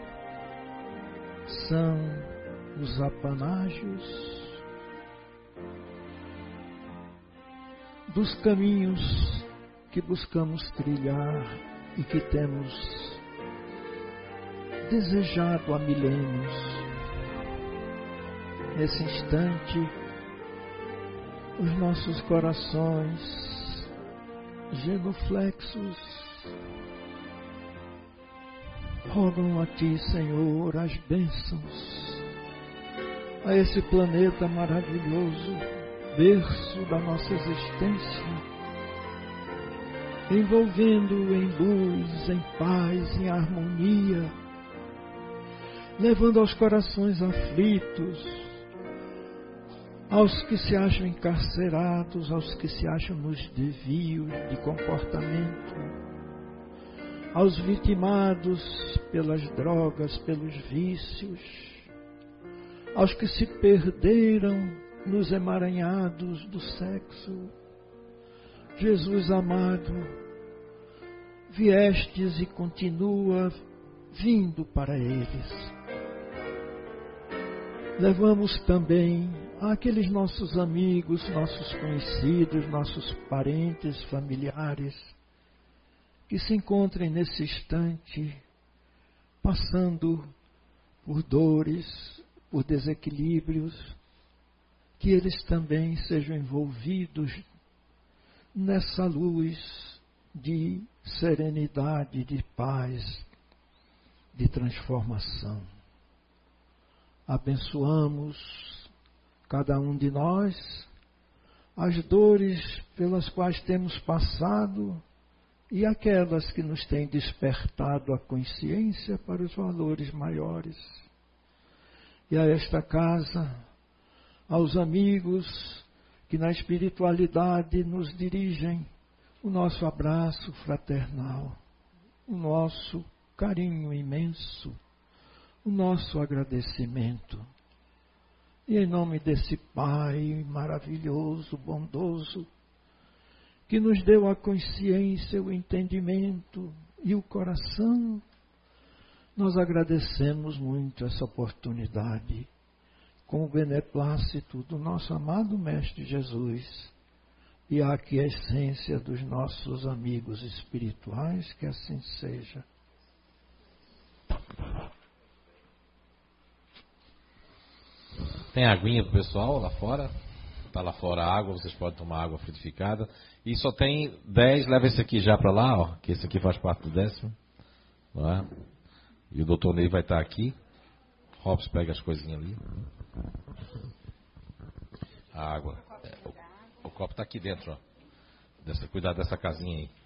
são os apanágios dos caminhos que buscamos trilhar e que temos desejado há milênios. Nesse instante, os nossos corações genuflexos rogam a Ti, Senhor, as bênçãos a esse planeta maravilhoso, berço da nossa existência, envolvendo-o em luz, em paz, em harmonia, levando aos corações aflitos, aos que se acham encarcerados, aos que se acham nos desvios de comportamento, aos vitimados pelas drogas, pelos vícios, aos que se perderam nos emaranhados do sexo. Jesus amado, viestes e continua vindo para eles. Levamos também àqueles nossos amigos, nossos conhecidos, nossos parentes, familiares, que se encontrem nesse instante passando por dores, por desequilíbrios, que eles também sejam envolvidos nessa luz de serenidade, de paz, de transformação. Abençoamos cada um de nós, as dores pelas quais temos passado e aquelas que nos têm despertado a consciência para os valores maiores. E a esta casa, aos amigos que na espiritualidade nos dirigem, o nosso abraço fraternal, o nosso carinho imenso, o nosso agradecimento. E em nome desse Pai maravilhoso, bondoso, que nos deu a consciência, o entendimento e o coração, nós agradecemos muito essa oportunidade, com o beneplácito do nosso amado Mestre Jesus, e aqui a essência dos nossos amigos espirituais, que assim seja. Tem aguinha pro pessoal lá fora? Tá lá fora a água, vocês podem tomar água frutificada. E só tem dez, leva esse aqui já para lá, ó, que esse aqui faz parte do décimo. Não é? E o doutor Ney vai estar aqui. Robson pega as coisinhas ali. A água. É, o O copo tá aqui dentro, ó. Dessa, cuidar dessa casinha aí.